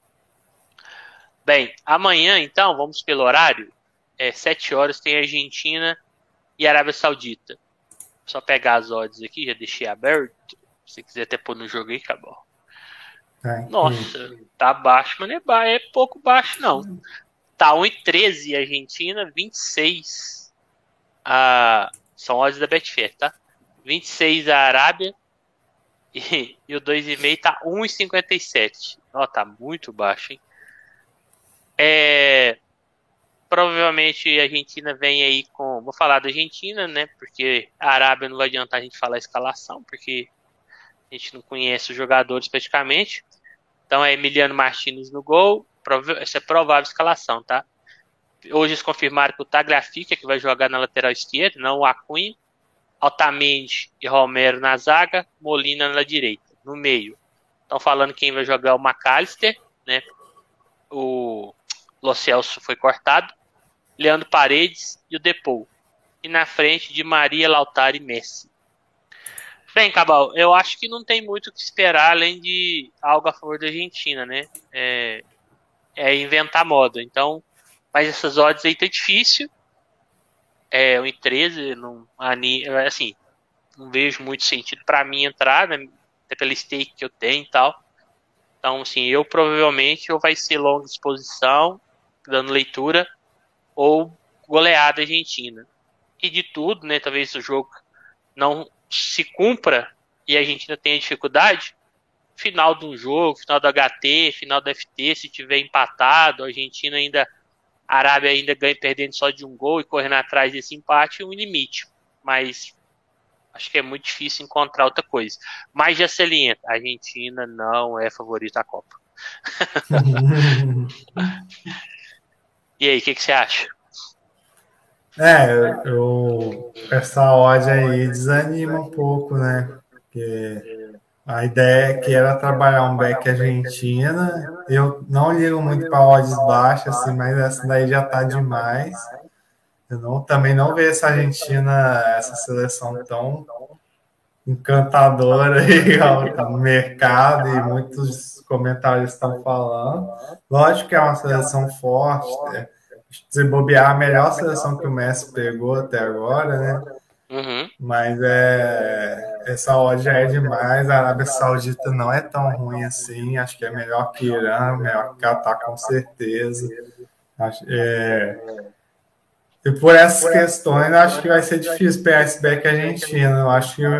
Bem, amanhã, então, vamos pelo horário. É, sete horas tem Argentina e Arábia Saudita. Só pegar as odds aqui, já deixei aberto. Se quiser até pôr no jogo aí, acabou. É, Nossa, é. Tá baixo, mas não é, baixo, é pouco baixo, não. Tá um e treze Argentina, vinte e seis. A... São odds da Betfair, tá? vinte e seis a Arábia. E, e o dois vírgula cinco tá um e cinquenta e sete. Ó, tá muito baixo, hein? É, provavelmente a Argentina vem aí com... Vou falar da Argentina, né? Porque a Arábia não vai adiantar a gente falar a escalação, porque a gente não conhece os jogadores praticamente. Então é Emiliano Martínez no gol. Essa é provável escalação, tá? Hoje eles confirmaram que o Tagliafico é que vai jogar na lateral esquerda, não o Acunha. Otamendi e Romero na zaga, Molina na direita, no meio. Estão falando quem vai jogar o McAllister, né? O Lo Celso foi cortado, Leandro Paredes e o Depou. E na frente de Maria, Lautaro e Messi. Bem, Cabal, eu acho que não tem muito o que esperar além de algo a favor da Argentina, né? É, é inventar moda. Então, mas essas odds aí tá difícil. É, um e treze, não, assim, não vejo muito sentido para mim entrar, né, até pela stake que eu tenho e tal. Então, assim, eu provavelmente ou vai ser longa exposição, dando leitura, ou goleada argentina. E de tudo, né, talvez o jogo não se cumpra e a Argentina tenha dificuldade, final do jogo, final do H T, final do F T, se tiver empatado, a Argentina ainda... A Arábia ainda ganha perdendo só de um gol e correndo atrás desse empate, um limite. Mas acho que é muito difícil encontrar outra coisa. Mas já salienta, a Argentina não é favorita à Copa. E aí, o que, que você acha?
É, eu, eu, essa odd aí desanima um pouco, né? Porque a ideia é que era trabalhar um back Argentina. Eu não ligo muito para odds baixas, assim, mas essa daí já tá demais. Eu não, também não vejo essa Argentina, essa seleção tão encantadora aí no mercado, e muitos comentários estão falando. Lógico que é uma seleção forte, é, se bobear, a melhor seleção que o Messi pegou até agora, né?
Uhum.
Mas é, essa odd já é demais. A Arábia Saudita não é tão ruim assim. Acho que é melhor que Irã, melhor que Catar, com certeza. Acho, é, e por essas questões, acho que vai ser difícil pegar esse back argentino. Eu acho que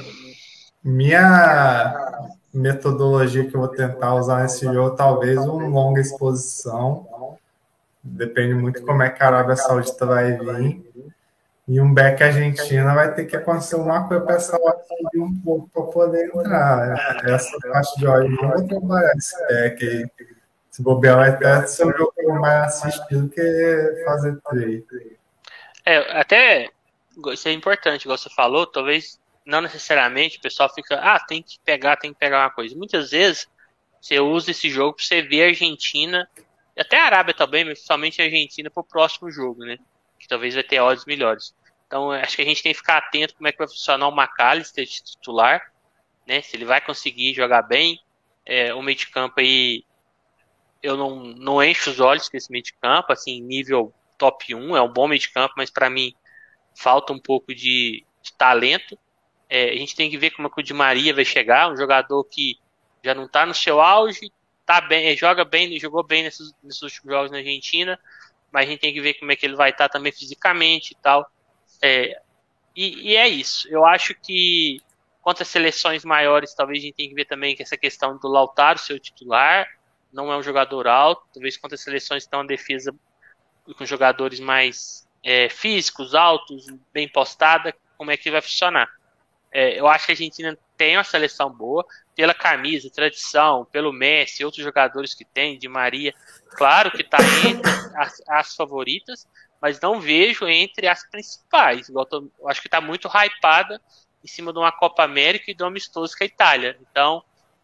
minha metodologia que eu vou tentar usar nesse jogo, talvez uma longa exposição. Depende muito como é que a Arábia Saudita vai vir. E um back argentina vai ter que acontecer uma coisa para essa hora subir um pouco para poder entrar. Essa parte de hora eu não vou trabalhar esse back aí. Se bobear, vai até ser um jogo mais assistido que fazer trade.
É, até isso é importante, igual você falou, talvez não necessariamente o pessoal fica, ah, tem que pegar, tem que pegar uma coisa. Muitas vezes você usa esse jogo para você ver a Argentina, e até a Arábia também, mas principalmente a Argentina para o próximo jogo, né? Que talvez vai ter odds melhores. Então, acho que a gente tem que ficar atento como é que vai funcionar o McAllister de titular, né? Se ele vai conseguir jogar bem. É, o meio de campo aí, eu não, não encho os olhos com esse meio de campo, assim, nível top um, é um bom meio de campo, mas para mim falta um pouco de, de talento. É, a gente tem que ver como é que o Di Maria vai chegar, um jogador que já não está no seu auge, tá bem, joga bem, jogou bem nesses, nesses últimos jogos na Argentina, mas a gente tem que ver como é que ele vai estar tá também fisicamente e tal. É, e, e é isso. Eu acho que contra seleções maiores, talvez a gente tenha que ver também que essa questão do Lautaro ser o titular, não é um jogador alto, talvez contra seleções que estão em defesa com jogadores mais é, físicos, altos, bem postada, como é que vai funcionar. É, eu acho que a Argentina tem uma seleção boa, pela camisa, tradição, pelo Messi, outros jogadores que tem, Di Maria, claro que está entre as, as favoritas, mas não vejo entre as principais. Eu, tô, eu acho que está muito hypada em cima de uma Copa América e do amistoso com a Itália. Então,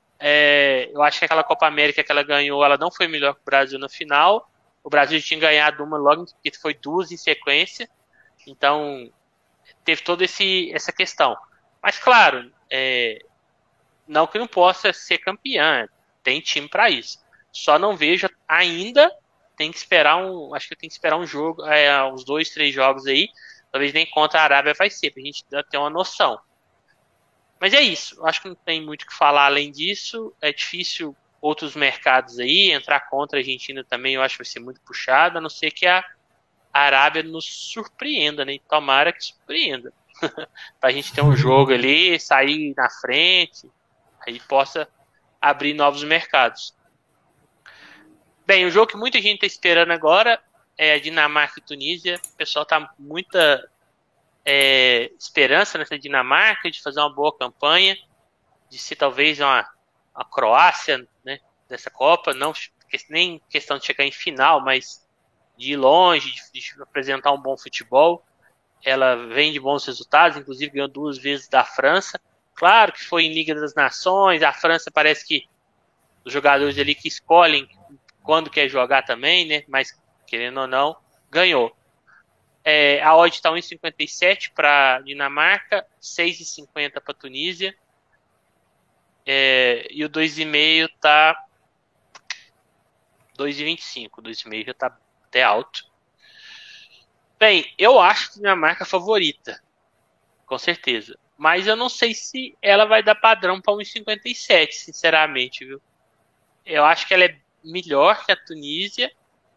é, eu acho que aquela Copa América que ela ganhou, ela não foi melhor que o Brasil na final. O Brasil tinha ganhado uma logo, porque foi duas em sequência. Então, teve toda esse, essa questão. Mas, claro, é, não que não possa ser campeã. Tem time para isso. Só não vejo ainda. Tem que esperar um. Acho que tem que esperar um jogo, é, uns dois, três jogos aí. Talvez nem contra a Arábia vai ser, pra gente ter uma noção. Mas é isso. Acho que não tem muito o que falar além disso. É difícil outros mercados aí. Entrar contra a Argentina também eu acho que vai ser muito puxado, a não ser que a Arábia nos surpreenda, né? Tomara que surpreenda. Pra gente ter um jogo ali, sair na frente, aí possa abrir novos mercados. Bem, o jogo que muita gente está esperando agora é Dinamarca e Tunísia. O pessoal tá muita é, esperança nessa Dinamarca de fazer uma boa campanha, de ser talvez uma, uma Croácia, né, dessa Copa, não nem questão de chegar em final, mas de ir longe, de, de apresentar um bom futebol. Ela vem de bons resultados, inclusive ganhou duas vezes da França. Claro que foi em Liga das Nações, a França parece que os jogadores ali que escolhem quando quer jogar também, né? Mas, querendo ou não, ganhou. É, a odd está um e cinquenta e sete para Dinamarca, seis e cinquenta para Tunísia. É, e o dois e meio está dois e vinte e cinco. dois e meio já está até alto. Bem, eu acho que a Dinamarca é a favorita. Com certeza. Mas eu não sei se ela vai dar padrão para um e cinquenta e sete, sinceramente, viu? Eu acho que ela é melhor que a Tunísia,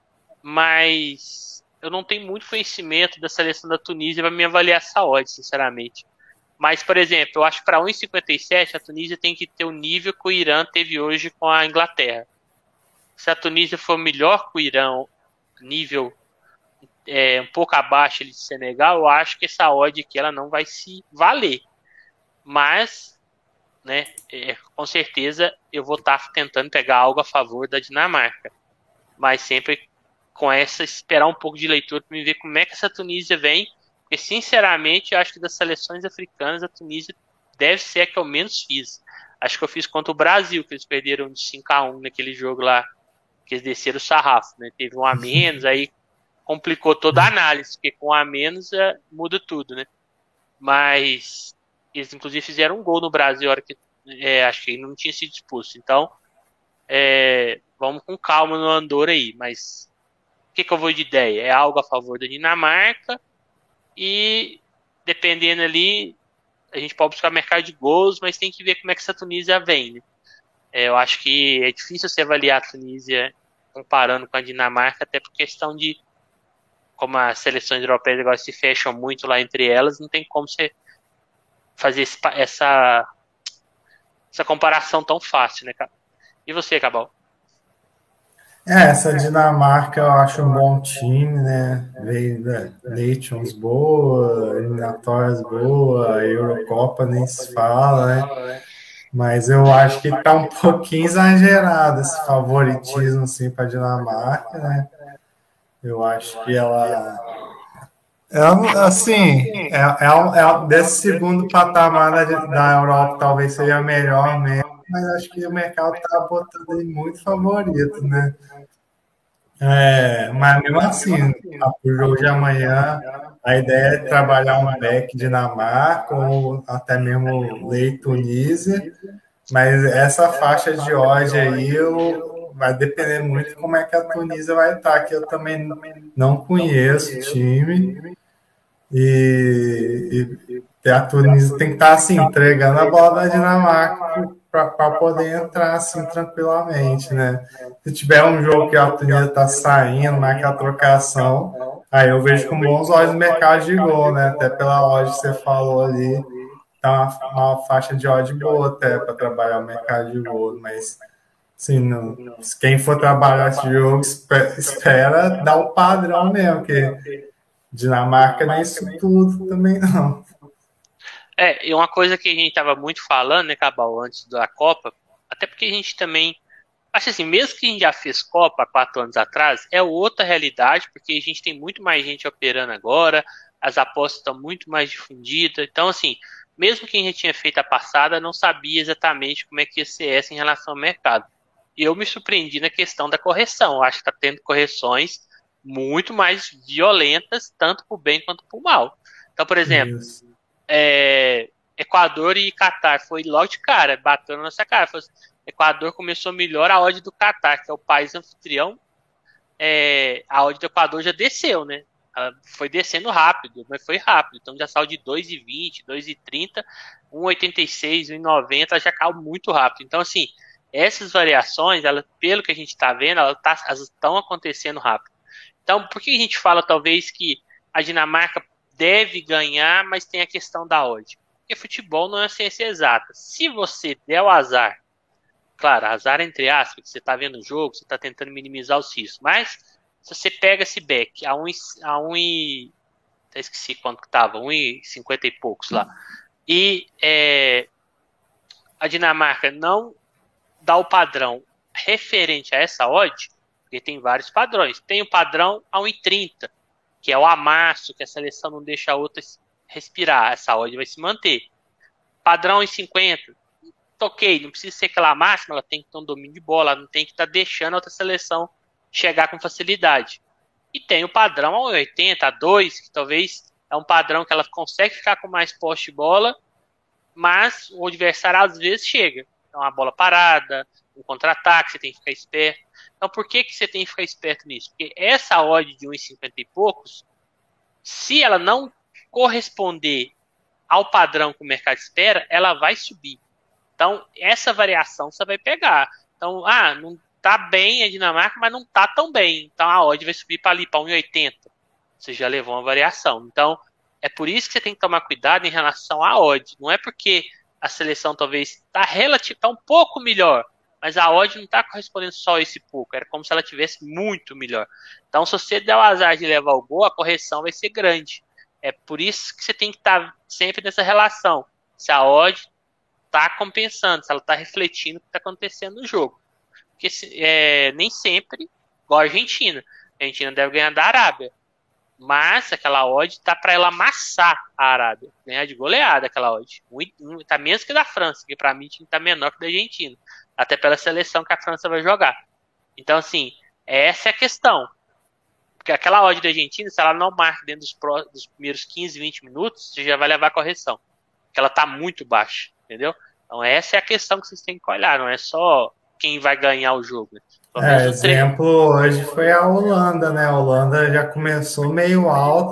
mas eu não tenho muito conhecimento da seleção da Tunísia para me avaliar essa odd, sinceramente. Mas, por exemplo, eu acho que para um e cinquenta e sete a Tunísia tem que ter o nível que o Irã teve hoje com a Inglaterra. Se a Tunísia for melhor que o Irã, nível é, um pouco abaixo de Senegal, eu acho que essa odd aqui ela não vai se valer. Mas, né, é, com certeza eu vou estar tá tentando pegar algo a favor da Dinamarca, mas sempre com essa, esperar um pouco de leitura para me ver como é que essa Tunísia vem, porque sinceramente eu acho que das seleções africanas a Tunísia deve ser a que eu menos fiz. Acho que eu fiz contra o Brasil, que eles perderam de cinco a um naquele jogo lá, que eles desceram o sarrafo, né? Teve um a menos, aí complicou toda a análise, porque com um a menos é, muda tudo, né? Mas eles inclusive fizeram um gol no Brasil, a hora que é, acho que ele não tinha sido expulso. Então, é, vamos com calma no Andorra aí. Mas o que, que eu vou de ideia? É algo a favor da Dinamarca e dependendo ali, a gente pode buscar mercado de gols, mas tem que ver como é que essa Tunísia vem, né? É, eu acho que é difícil você avaliar a Tunísia comparando com a Dinamarca, até por questão de como as seleções europeias agora se fecham muito lá entre elas, não tem como você fazer esse, essa, essa comparação tão fácil, né, cara? E você, Cabal?
É, essa Dinamarca eu acho um bom time, né? Veio da Nations boa, eliminatórias boa, a Eurocopa nem se fala, né? Mas eu acho que tá um pouquinho exagerado esse favoritismo assim para a Dinamarca, né? Eu acho que ela, ela assim, é, é, um- é um- desse segundo patamar da, da Europa talvez seja melhor mesmo, mas acho que o mercado tá botando ele muito favorito, né? É, mas mesmo assim, o jogo de amanhã, a ideia é trabalhar um back Dinamarca ou até mesmo Lei Tunísia, mas essa faixa de odd aí eu, vai depender muito como é que a Tunísia vai estar, que eu também não conheço o time e, e a Tunísia tem que estar assim, entregando a bola da Dinamarca para poder entrar assim tranquilamente, né? Se tiver um jogo que a Tunísia está saindo naquela trocação, aí eu vejo com bons olhos no mercado de gol, né? Até pela odd que você falou ali, tá uma, uma faixa de odd boa até para trabalhar o mercado de gol, mas sim, não, quem for trabalhar esse jogo espera dar o padrão mesmo, que Dinamarca não é isso tudo também não.
É, e uma coisa que a gente tava muito falando, né, Cabal, antes da Copa, até porque a gente também, acho assim, mesmo que a gente já fez Copa há quatro anos atrás, é outra realidade, porque a gente tem muito mais gente operando agora, as apostas estão muito mais difundidas, então assim, mesmo quem já tinha feito a passada não sabia exatamente como é que ia ser essa em relação ao mercado. E eu me surpreendi na questão da correção, eu acho que está tendo correções muito mais violentas, tanto para o bem quanto para o mal. Então, por exemplo,
Isso.
é, Equador e Catar foi logo de cara, bateu na nossa cara. Foi, Equador começou melhor, a odd do Catar, que é o país anfitrião, é, a odd do Equador já desceu, né? Ela foi descendo rápido, mas foi rápido. Então já saiu de dois e vinte, dois e trinta, um e oitenta e seis, um e noventa, já caiu muito rápido. Então, assim, essas variações, ela, pelo que a gente está vendo, elas tá, estão acontecendo rápido. Então, por que a gente fala, talvez, que a Dinamarca deve ganhar, mas tem a questão da odd? Porque futebol não é ciência exata. Se você der o azar, claro, azar entre aspas, que você está vendo o jogo, você está tentando minimizar os riscos, mas se você pega esse back a um, a um e... até esqueci quanto que estava, um e cinquenta e poucos lá, e é, a Dinamarca não dá o padrão referente a essa odd, porque tem vários padrões. Tem o padrão a um e trinta, que é o amasso, que a seleção não deixa a outra respirar. Essa odd vai se manter. Padrão um e cinquenta, ok, não precisa ser aquela máxima, ela tem que ter um domínio de bola, ela não tem que estar tá deixando a outra seleção chegar com facilidade. E tem o padrão a um e oitenta, a dois, que talvez é um padrão que ela consegue ficar com mais posse de bola, mas o adversário às vezes chega. Então, a bola parada, um contra-ataque, você tem que ficar esperto. Então, por que, que você tem que ficar esperto nisso? Porque essa odd de um e cinquenta e poucos, se ela não corresponder ao padrão que o mercado espera, ela vai subir. Então, essa variação você vai pegar. Então, ah, não tá bem a Dinamarca, mas não tá tão bem. Então, a odd vai subir para ali, para um e oitenta. Você já levou uma variação. Então, é por isso que você tem que tomar cuidado em relação à odd. Não é porque a seleção talvez está relativo, tá um pouco melhor, mas a odd não está correspondendo só a esse pouco. Era como se ela tivesse muito melhor. Então, se você der o azar de levar o gol, a correção vai ser grande. É por isso que você tem que estar tá sempre nessa relação. Se a odd está compensando, se ela está refletindo o que está acontecendo no jogo. Porque é, nem sempre, igual a Argentina. A Argentina deve ganhar da Arábia. Mas aquela odd tá para ela amassar a Arábia. Ganhar de goleada aquela odd. Tá menos que da França, que para mim tá menor que da Argentina. Até pela seleção que a França vai jogar. Então, assim, essa é a questão. Porque aquela odd da Argentina, se ela não marca dentro dos, pró, dos primeiros quinze, vinte minutos, você já vai levar a correção. Porque ela tá muito baixa, entendeu? Então, essa é a questão que vocês têm que olhar. Não é só quem vai ganhar o jogo. Né?
É, exemplo hoje foi a Holanda, né? A Holanda já começou meio alta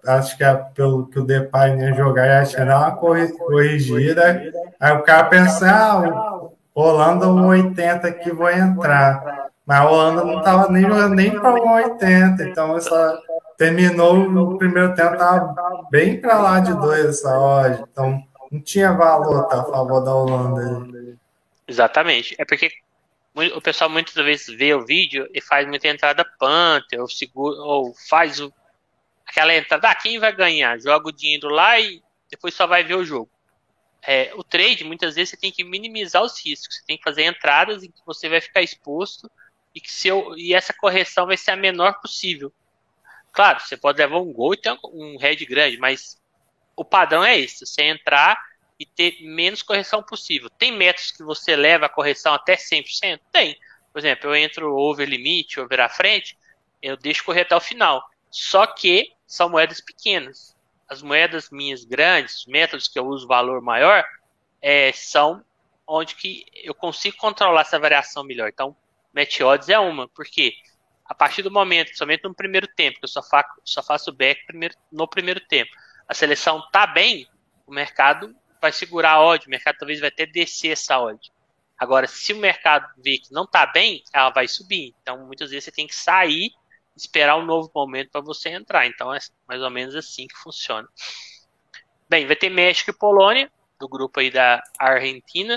acho que é pelo que o Depay ia jogar, ia achar uma corrigida. Aí o cara pensa, ah, o Holanda um oitenta aqui, vou entrar. Mas a Holanda não estava nem jogando nem para um oitenta, então essa terminou o primeiro tempo, estava bem para lá de dois essa odd, então não tinha valor tá, a favor da Holanda.
Exatamente, é porque o pessoal muitas vezes vê o vídeo e faz muita entrada punter, ou, segura, ou faz o, aquela entrada, ah, quem vai ganhar? Joga o dinheiro lá e depois só vai ver o jogo. É, o trade, muitas vezes, você tem que minimizar os riscos, você tem que fazer entradas em que você vai ficar exposto e, que seu, e essa correção vai ser a menor possível. Claro, você pode levar um gol e ter um head grande, mas o padrão é esse, você entrar e ter menos correção possível. Tem métodos que você leva a correção até cem por cento? Tem. Por exemplo, eu entro over limite, over à frente, eu deixo correr até o final. Só que são moedas pequenas. As moedas minhas grandes, os métodos que eu uso valor maior, é, são onde que eu consigo controlar essa variação melhor. Então, match odds é uma, porque a partir do momento, somente no primeiro tempo, que eu só faço, só faço back primeiro, no primeiro tempo, a seleção tá bem, o mercado vai segurar a odd, o mercado talvez vai até descer essa odd. Agora, se o mercado vê que não tá bem, ela vai subir. Então, muitas vezes você tem que sair, esperar um novo momento para você entrar. Então, é mais ou menos assim que funciona. Bem, vai ter México e Polônia, do grupo aí da Argentina.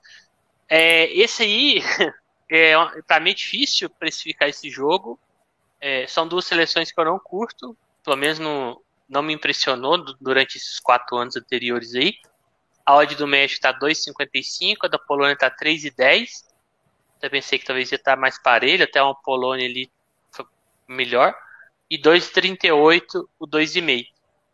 É, esse aí, é, para mim é difícil precificar esse jogo. É, são duas seleções que eu não curto, pelo menos no, não me impressionou durante esses quatro anos anteriores aí. A odd do México está dois e cinquenta e cinco, a da Polônia está três e dez. Até pensei que talvez ia estar mais parelho, até uma Polônia ali melhor. E dois e trinta e oito, o dois e meio.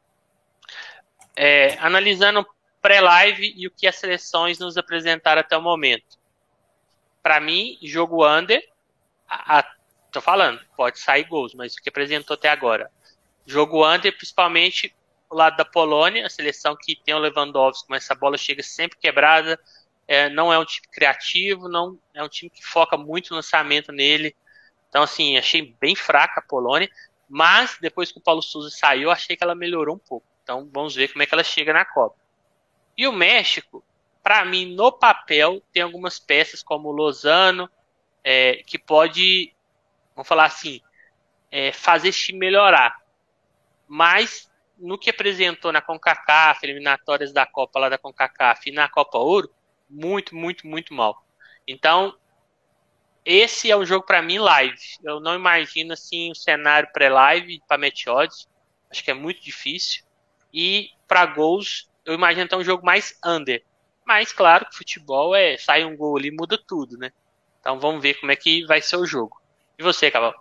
É, analisando pré-live e o que as seleções nos apresentaram até o momento. Para mim, jogo under, a, a, tô falando, pode sair gols, mas o que apresentou até agora. Jogo under, principalmente o lado da Polônia, a seleção que tem o Lewandowski, mas essa bola chega sempre quebrada, é, não é um time criativo, não é um time que foca muito no lançamento nele. Então, assim, achei bem fraca a Polônia, mas depois que o Paulo Sousa saiu, achei que ela melhorou um pouco. Então, vamos ver como é que ela chega na Copa. E o México, para mim, no papel, tem algumas peças como o Lozano, é, que pode, vamos falar assim, é, fazer esse time melhorar. Mas, no que apresentou na CONCACAF, eliminatórias da Copa lá da CONCACAF e na Copa Ouro, muito, muito, muito mal. Então, esse é um jogo para mim live. Eu não imagino assim um cenário pré-live para match odds. Acho que é muito difícil. E para gols, eu imagino até um jogo mais under. Mas claro que futebol é sai um gol ali muda tudo, né? Então vamos ver como é que vai ser o jogo. E você, Cavalo?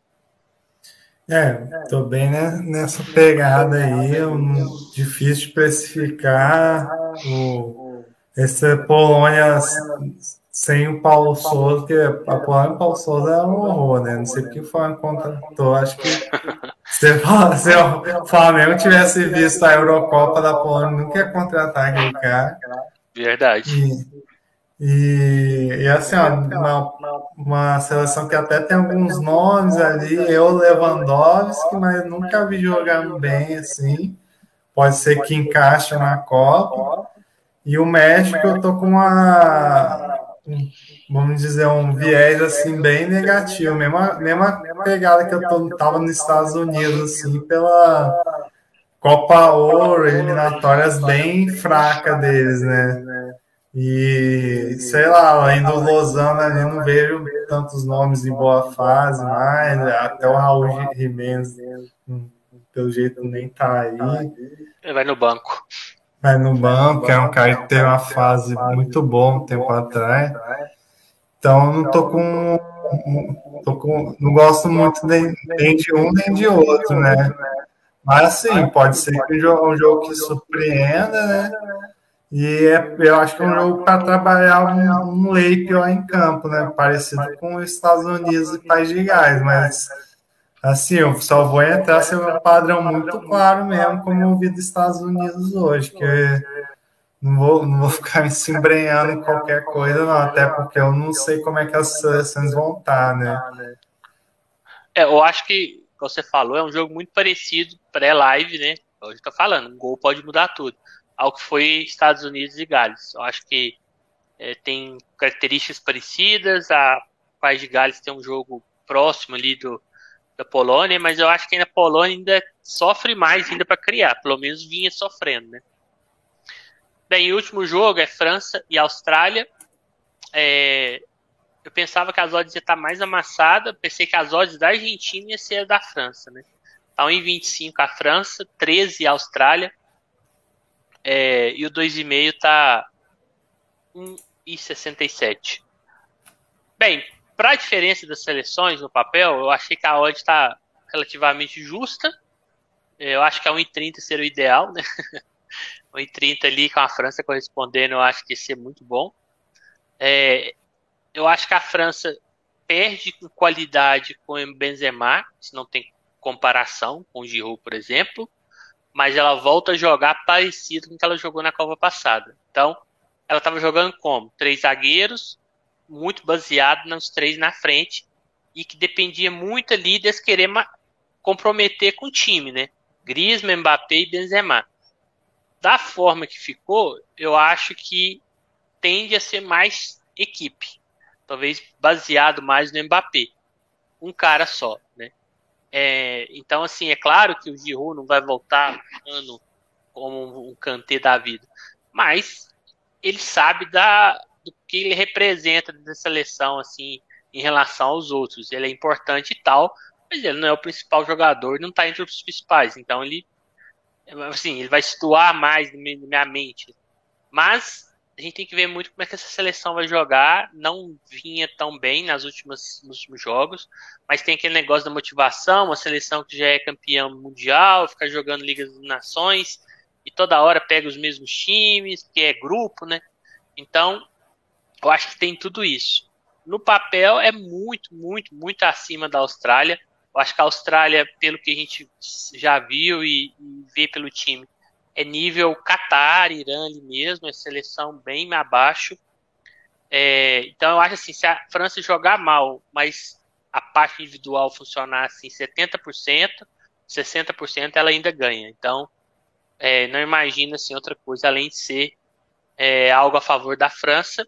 É, tô bem né, nessa pegada aí. É um, difícil de precificar o essa Polônia sem o Paulo Souza, porque a Polônia e o Paulo Souza é um horror, né? Não sei porque foi uma contratou. Acho que se, se o Flamengo tivesse visto a Eurocopa da Polônia, nunca ia contratar aquele cara.
Verdade.
E, e, e assim, ó, uma, uma seleção que até tem alguns nomes ali, eu Lewandowski, mas nunca vi jogando bem assim. Pode ser que encaixe na Copa. E o México, eu tô com uma, um, vamos dizer, um viés assim bem negativo, mesma, mesma pegada que eu tô, tava nos Estados Unidos, assim, pela Copa Ouro, eliminatórias bem fracas deles, né? E, sei lá, além do Lozano ali, não vejo tantos nomes em boa fase mais, até o Raul Jimenez, pelo jeito, nem tá aí.
Ele vai no banco.
Vai no banco, é um cara que teve uma fase muito boa um tempo atrás. Então, não tô com, tô com. Não gosto muito nem, nem de um nem de outro, né? Mas, assim, pode ser que é um jogo que surpreenda, né? E é, eu acho que é um jogo para trabalhar um, um lay pior em campo, né? Parecido com os Estados Unidos e País de Gales, mas. Assim, eu só vou entrar se é um padrão muito claro mesmo, como eu vi dos Estados Unidos hoje, que não vou, não vou ficar me se embrenhando em qualquer coisa, não, até porque eu não sei como é que as seleções vão estar, né?
É, eu acho que como você falou, é um jogo muito parecido, pré-live, né? Hoje tá falando, um gol pode mudar tudo. Ao que foi Estados Unidos e Gales. Eu acho que é, tem características parecidas, a País de Gales tem um jogo próximo ali do, da Polônia, mas eu acho que ainda a Polônia ainda sofre mais ainda para criar, pelo menos vinha sofrendo, né? Bem, o último jogo é França e Austrália. É, eu pensava que as odds ia estar mais amassada, pensei que as odds da Argentina ia ser a da França, né? Tá um e vinte e cinco a França, treze a Austrália, é, e o dois e meio tá um e sessenta e sete. Bem, para a diferença das seleções no papel, eu achei que a odd está relativamente justa. Eu acho que a um e trinta seria o ideal, né? um e trinta ali com a França correspondendo, eu acho que ia ser muito bom. É, eu acho que a França perde com qualidade com o Benzema, se não tem comparação com o Giroud, por exemplo, mas ela volta a jogar parecido com o que ela jogou na Copa passada. Então, ela estava jogando como? Três zagueiros, muito baseado nos três na frente, e que dependia muito ali deles querer comprometer com o time, né? Griezmann, Mbappé e Benzema. Da forma que ficou, eu acho que tende a ser mais equipe. Talvez baseado mais no Mbappé. Um cara só, né? É, então, assim, é claro que o Giroud não vai voltar ano como um Kanté da vida. Mas ele sabe da, do que ele representa da seleção, assim, em relação aos outros. Ele é importante e tal, mas ele não é o principal jogador, não está entre os principais. Então, ele, assim, ele vai situar mais na minha mente. Mas a gente tem que ver muito como é que essa seleção vai jogar. Não vinha tão bem nas últimas, nos últimos jogos, mas tem aquele negócio da motivação, uma seleção que já é campeã mundial, fica jogando Liga das Nações e toda hora pega os mesmos times, que é grupo, né? Então, eu acho que tem tudo isso. No papel é muito, muito, muito acima da Austrália. Eu acho que a Austrália, pelo que a gente já viu e, e vê pelo time, é nível Catar, Irã ali mesmo, é seleção bem abaixo. É, então eu acho assim, se a França jogar mal, mas a parte individual funcionar assim setenta por cento, sessenta por cento ela ainda ganha. Então é, não imagino assim, outra coisa além de ser é, algo a favor da França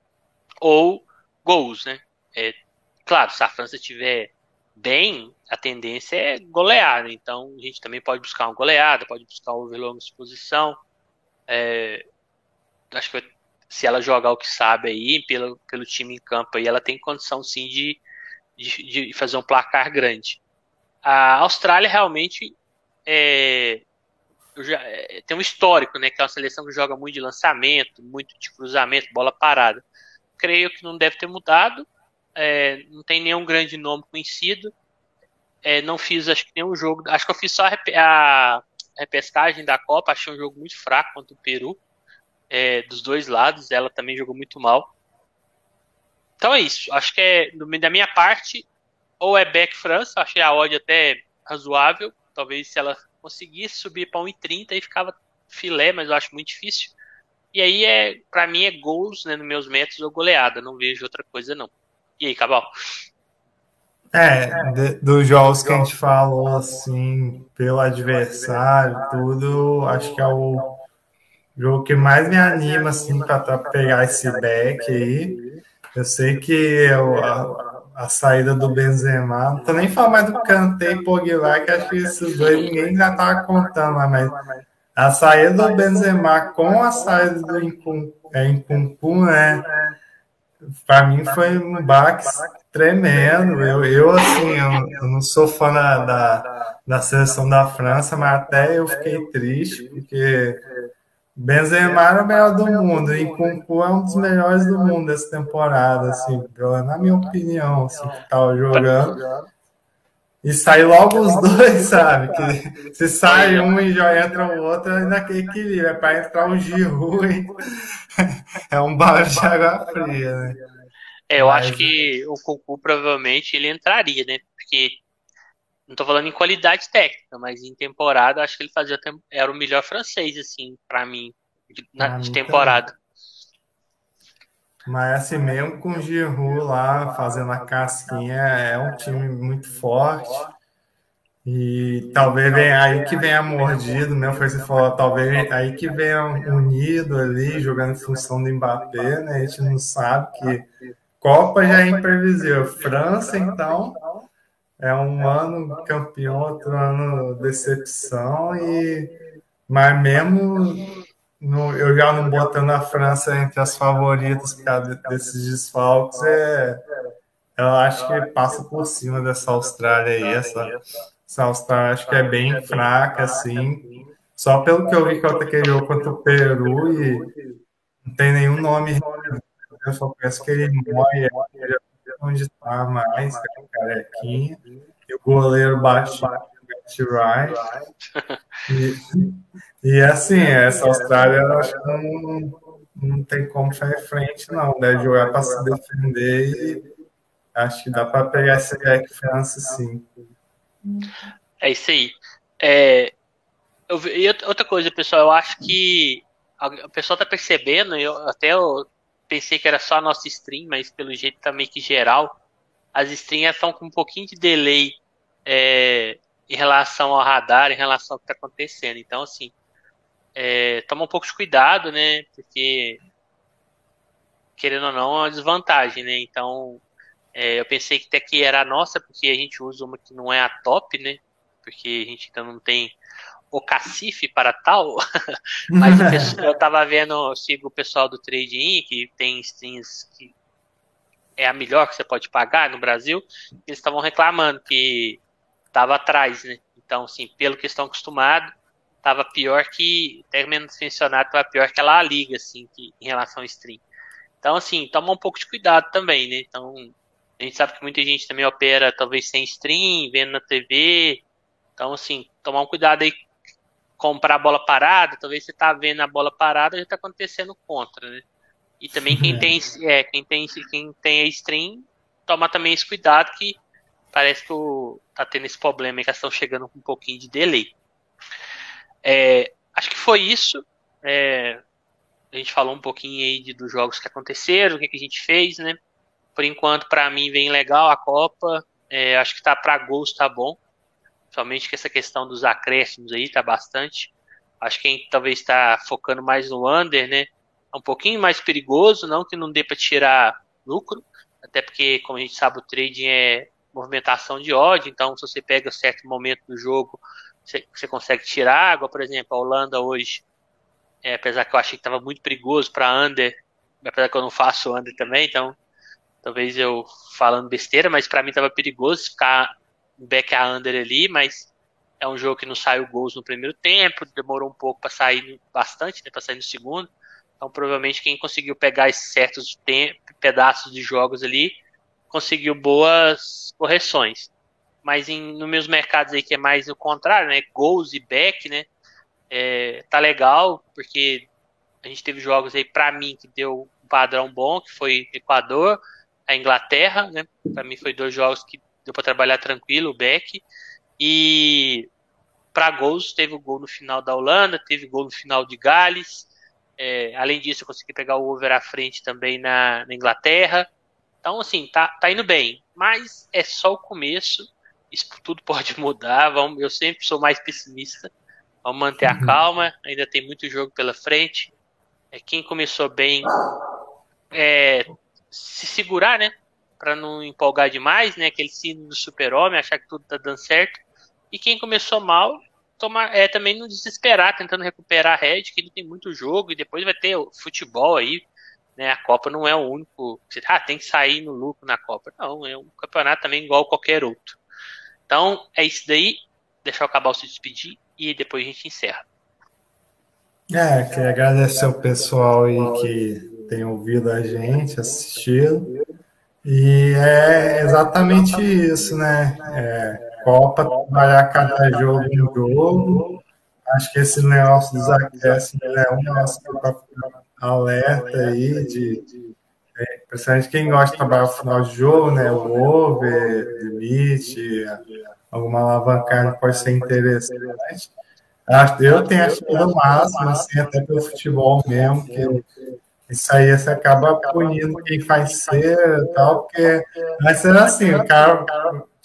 ou gols, né? É, claro, se a França tiver bem, a tendência é golear, né? Então a gente também pode buscar uma goleada, pode buscar um over longa exposição. É, acho que se ela jogar o que sabe aí, pelo, pelo time em campo aí, ela tem condição sim de, de, de fazer um placar grande. A Austrália realmente é, já, é, tem um histórico, né? Que é uma seleção que joga muito de lançamento, muito de cruzamento, bola parada. Creio que não deve ter mudado. É, não tem nenhum grande nome conhecido. É, não fiz, acho que nenhum jogo. Acho que eu fiz só a, a repescagem da Copa. Achei um jogo muito fraco contra o Peru. É, dos dois lados. Ela também jogou muito mal. Então é isso. Acho que é, da minha parte, ou é back França. Achei a odd até razoável. Talvez se ela conseguisse subir para um e trinta aí ficava filé, mas eu acho muito difícil. E aí, é, para mim, é gols, né, nos meus métodos ou goleada. Não vejo outra coisa, não. E aí, Cabal?
É, de, dos jogos que a gente falou, assim, pelo adversário, tudo, acho que é o jogo que mais me anima, assim, para pegar esse back aí. Eu sei que eu, a, a saída do Benzema, não tô nem falando mais do Kanté e Pogba, que acho que esses dois ninguém já tava contando lá, mas a saída do Benzema com a saída do Nkunku, né? Para mim foi um baque tremendo. Eu, eu assim, eu, eu não sou fã da, da, da seleção da França, mas até eu fiquei triste, porque Benzema era o melhor do mundo, e Nkunku é um dos melhores do mundo dessa temporada, assim, na minha opinião, assim, que tava jogando. E sai logo os dois, sabe? Que se sai um e já entra o outro, é naquele equilíbrio. É para entrar o Giroud. É um balde de água fria, né?
É, eu Mas... acho que o Cucu provavelmente ele entraria, né? Porque não tô falando em qualidade técnica, mas em temporada acho que ele fazia era o melhor francês, assim, para mim, de, na, de temporada. Também.
Mas assim, mesmo com o Giroud lá fazendo a casquinha, é um time muito forte. E talvez venha aí que venha mordido, né? Foi você falou, talvez aí que venha unido ali, jogando em função do Mbappé, né? A gente não sabe que Copa já é imprevisível. França, então, é um ano campeão, outro ano decepção, e mas mesmo no, eu já não botando a França entre as favoritas por causa desses desfalques, é, eu acho que passa por cima dessa Austrália aí. Essa, essa Austrália acho que é bem fraca, assim. Só pelo que eu vi que aquele jogo contra o Peru e não tem nenhum nome. Eu só penso que ele morre onde está mais, que é o carequinha. E o goleiro baixinho, o Matt Rice. E, e assim, essa Austrália eu acho que não, não tem como sair em frente, não. Deve jogar para se defender e acho que dá para pegar esse back França, sim.
É isso aí. É, eu, e outra coisa, pessoal, eu acho que o pessoal tá percebendo, eu até eu pensei que era só a nossa stream, mas pelo jeito tá meio que geral. As streams estão com um pouquinho de delay é, em relação ao radar, em relação ao que tá acontecendo. Então, assim, é, toma um pouco de cuidado, né? Porque, querendo ou não, é uma desvantagem, né? Então, é, eu pensei que até que era a nossa, porque a gente usa uma que não é a top, né? Porque a gente ainda não tem o cacife para tal. Mas o pessoal, eu tava vendo, eu sigo o pessoal do Trade-in, que tem streams que é a melhor que você pode pagar no Brasil. Eles estavam reclamando que tava atrás, né? Então, assim, pelo que estão acostumados, tava pior que, até menos mencionado, tava pior que a La Liga, assim, que, em relação ao stream. Então, assim, toma um pouco de cuidado também, né? Então, a gente sabe que muita gente também opera, talvez, sem stream, vendo na T V. Então, assim, tomar um cuidado aí, comprar a bola parada, talvez você tá vendo a bola parada, já tá acontecendo contra, né? E também quem tem, é, quem tem, quem tem a stream, toma também esse cuidado, que parece que o, tá tendo esse problema aí, que elas estão chegando com um pouquinho de delay. É, acho que foi isso. É, a gente falou um pouquinho aí de, dos jogos que aconteceram, o que, que a gente fez, né? Por enquanto, para mim, vem legal a Copa. É, acho que tá para gols, tá bom. Somente que essa questão dos acréscimos aí tá bastante. Acho que quem talvez está focando mais no under, né? É um pouquinho mais perigoso, não que não dê para tirar lucro, até porque, como a gente sabe, o trading é movimentação de odd, então se você pega um certo momento do jogo, você, você consegue tirar. Igual, por exemplo, a Holanda hoje, é, apesar que eu achei que estava muito perigoso para under, apesar que eu não faço under também, então talvez eu falando besteira, mas para mim estava perigoso ficar back a under ali, mas é um jogo que não saiu gols no primeiro tempo, demorou um pouco para sair bastante, né, para sair no segundo. Então, provavelmente, quem conseguiu pegar esses certos pedaços de jogos ali, conseguiu boas correções. Mas em, nos meus mercados aí, que é mais o contrário, né? Goals e back, né? É, tá legal, porque a gente teve jogos aí, pra mim, que deu um padrão bom, que foi Equador, a Inglaterra, né? Pra mim foi dois jogos que deu pra trabalhar tranquilo, o back. E pra gols, teve o gol no final da Holanda, teve gol no final de Gales. É, além disso, eu consegui pegar o over à frente também na, na Inglaterra. Então, assim, tá, tá indo bem. Mas é só o começo. Isso tudo pode mudar. Vamos, eu sempre sou mais pessimista. Vamos manter a calma. Ainda tem muito jogo pela frente. É, quem começou bem, é, se segurar, né? Pra não empolgar demais, né? Aquele sino do super-homem, achar que tudo tá dando certo. E quem começou mal, Tomar, é, também não desesperar, tentando recuperar a Red, que ele tem muito jogo, e depois vai ter o futebol aí, né? A Copa não é o único. Você, ah, tem que sair no lucro na Copa. Não, é um campeonato também igual qualquer outro. Então, é isso daí. Deixa eu acabar o se despedir e depois a gente encerra.
É, queria agradecer o pessoal aí que tem ouvido a gente, assistido. E é exatamente isso, né? É, Copa, trabalhar cada jogo em jogo. Acho que esse negócio dos acréscimos é um negócio que eu alerta aí, de, é, principalmente quem gosta de trabalhar no final de jogo, né? O over, limite, alguma alavancagem pode ser interessante. Eu tenho achado o máximo, assim, até pelo futebol mesmo, que isso aí você acaba punindo quem faz cera e tal, porque mas será assim, o cara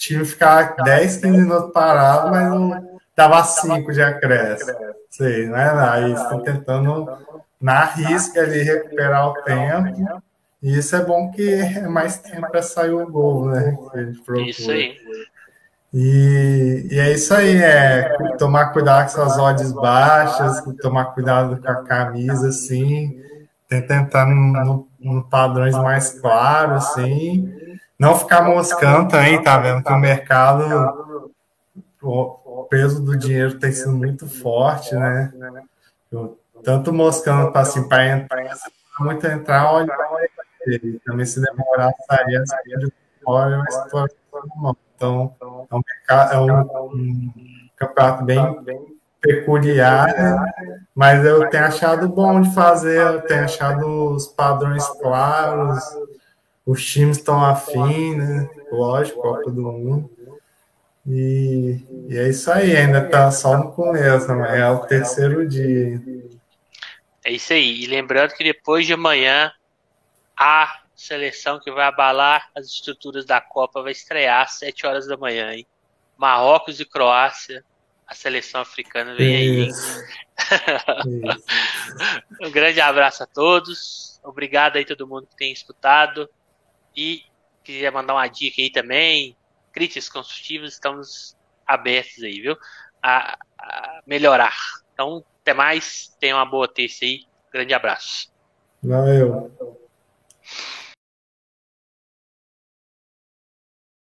time ficava dez, quinze minutos parado, mas não dava cinco de acréscimo. Sei, não é nada. Aí estão tentando, na risca ali, recuperar o tempo. E isso é bom que é mais tempo para sair o gol, né? Que a gente
Isso
procura.
aí.
E, e é isso aí, é tomar cuidado com essas odds baixas, tomar cuidado com a camisa, assim, tentar entrar no, no padrões mais claros, assim, não ficar moscando também, tá vendo que o mercado, o peso do dinheiro tem sido muito forte, né? Eu, tanto moscando para assim, para entrar, muito entrar, olha, também se demorar a sair, essa de fora vai se tornar normal. Então, é um, mercado, é um, um campeonato bem peculiar, né? Mas eu tenho achado bom de fazer, eu tenho achado os padrões claros, os times estão afim, né? Lógico, Copa do Mundo. E, e é isso aí, ainda tá só no começo, né? É o terceiro dia.
É isso aí. E lembrando que depois de amanhã, a seleção que vai abalar as estruturas da Copa vai estrear às sete horas da manhã, hein? Marrocos e Croácia, a seleção africana vem aí, hein?
Isso. Isso.
Um grande abraço a todos. Obrigado aí todo mundo que tem escutado. E quiser mandar uma dica aí também, críticas construtivas, estamos abertos aí, viu? A, a melhorar. Então, até mais. Tenha uma boa terça aí. Grande abraço.
Valeu.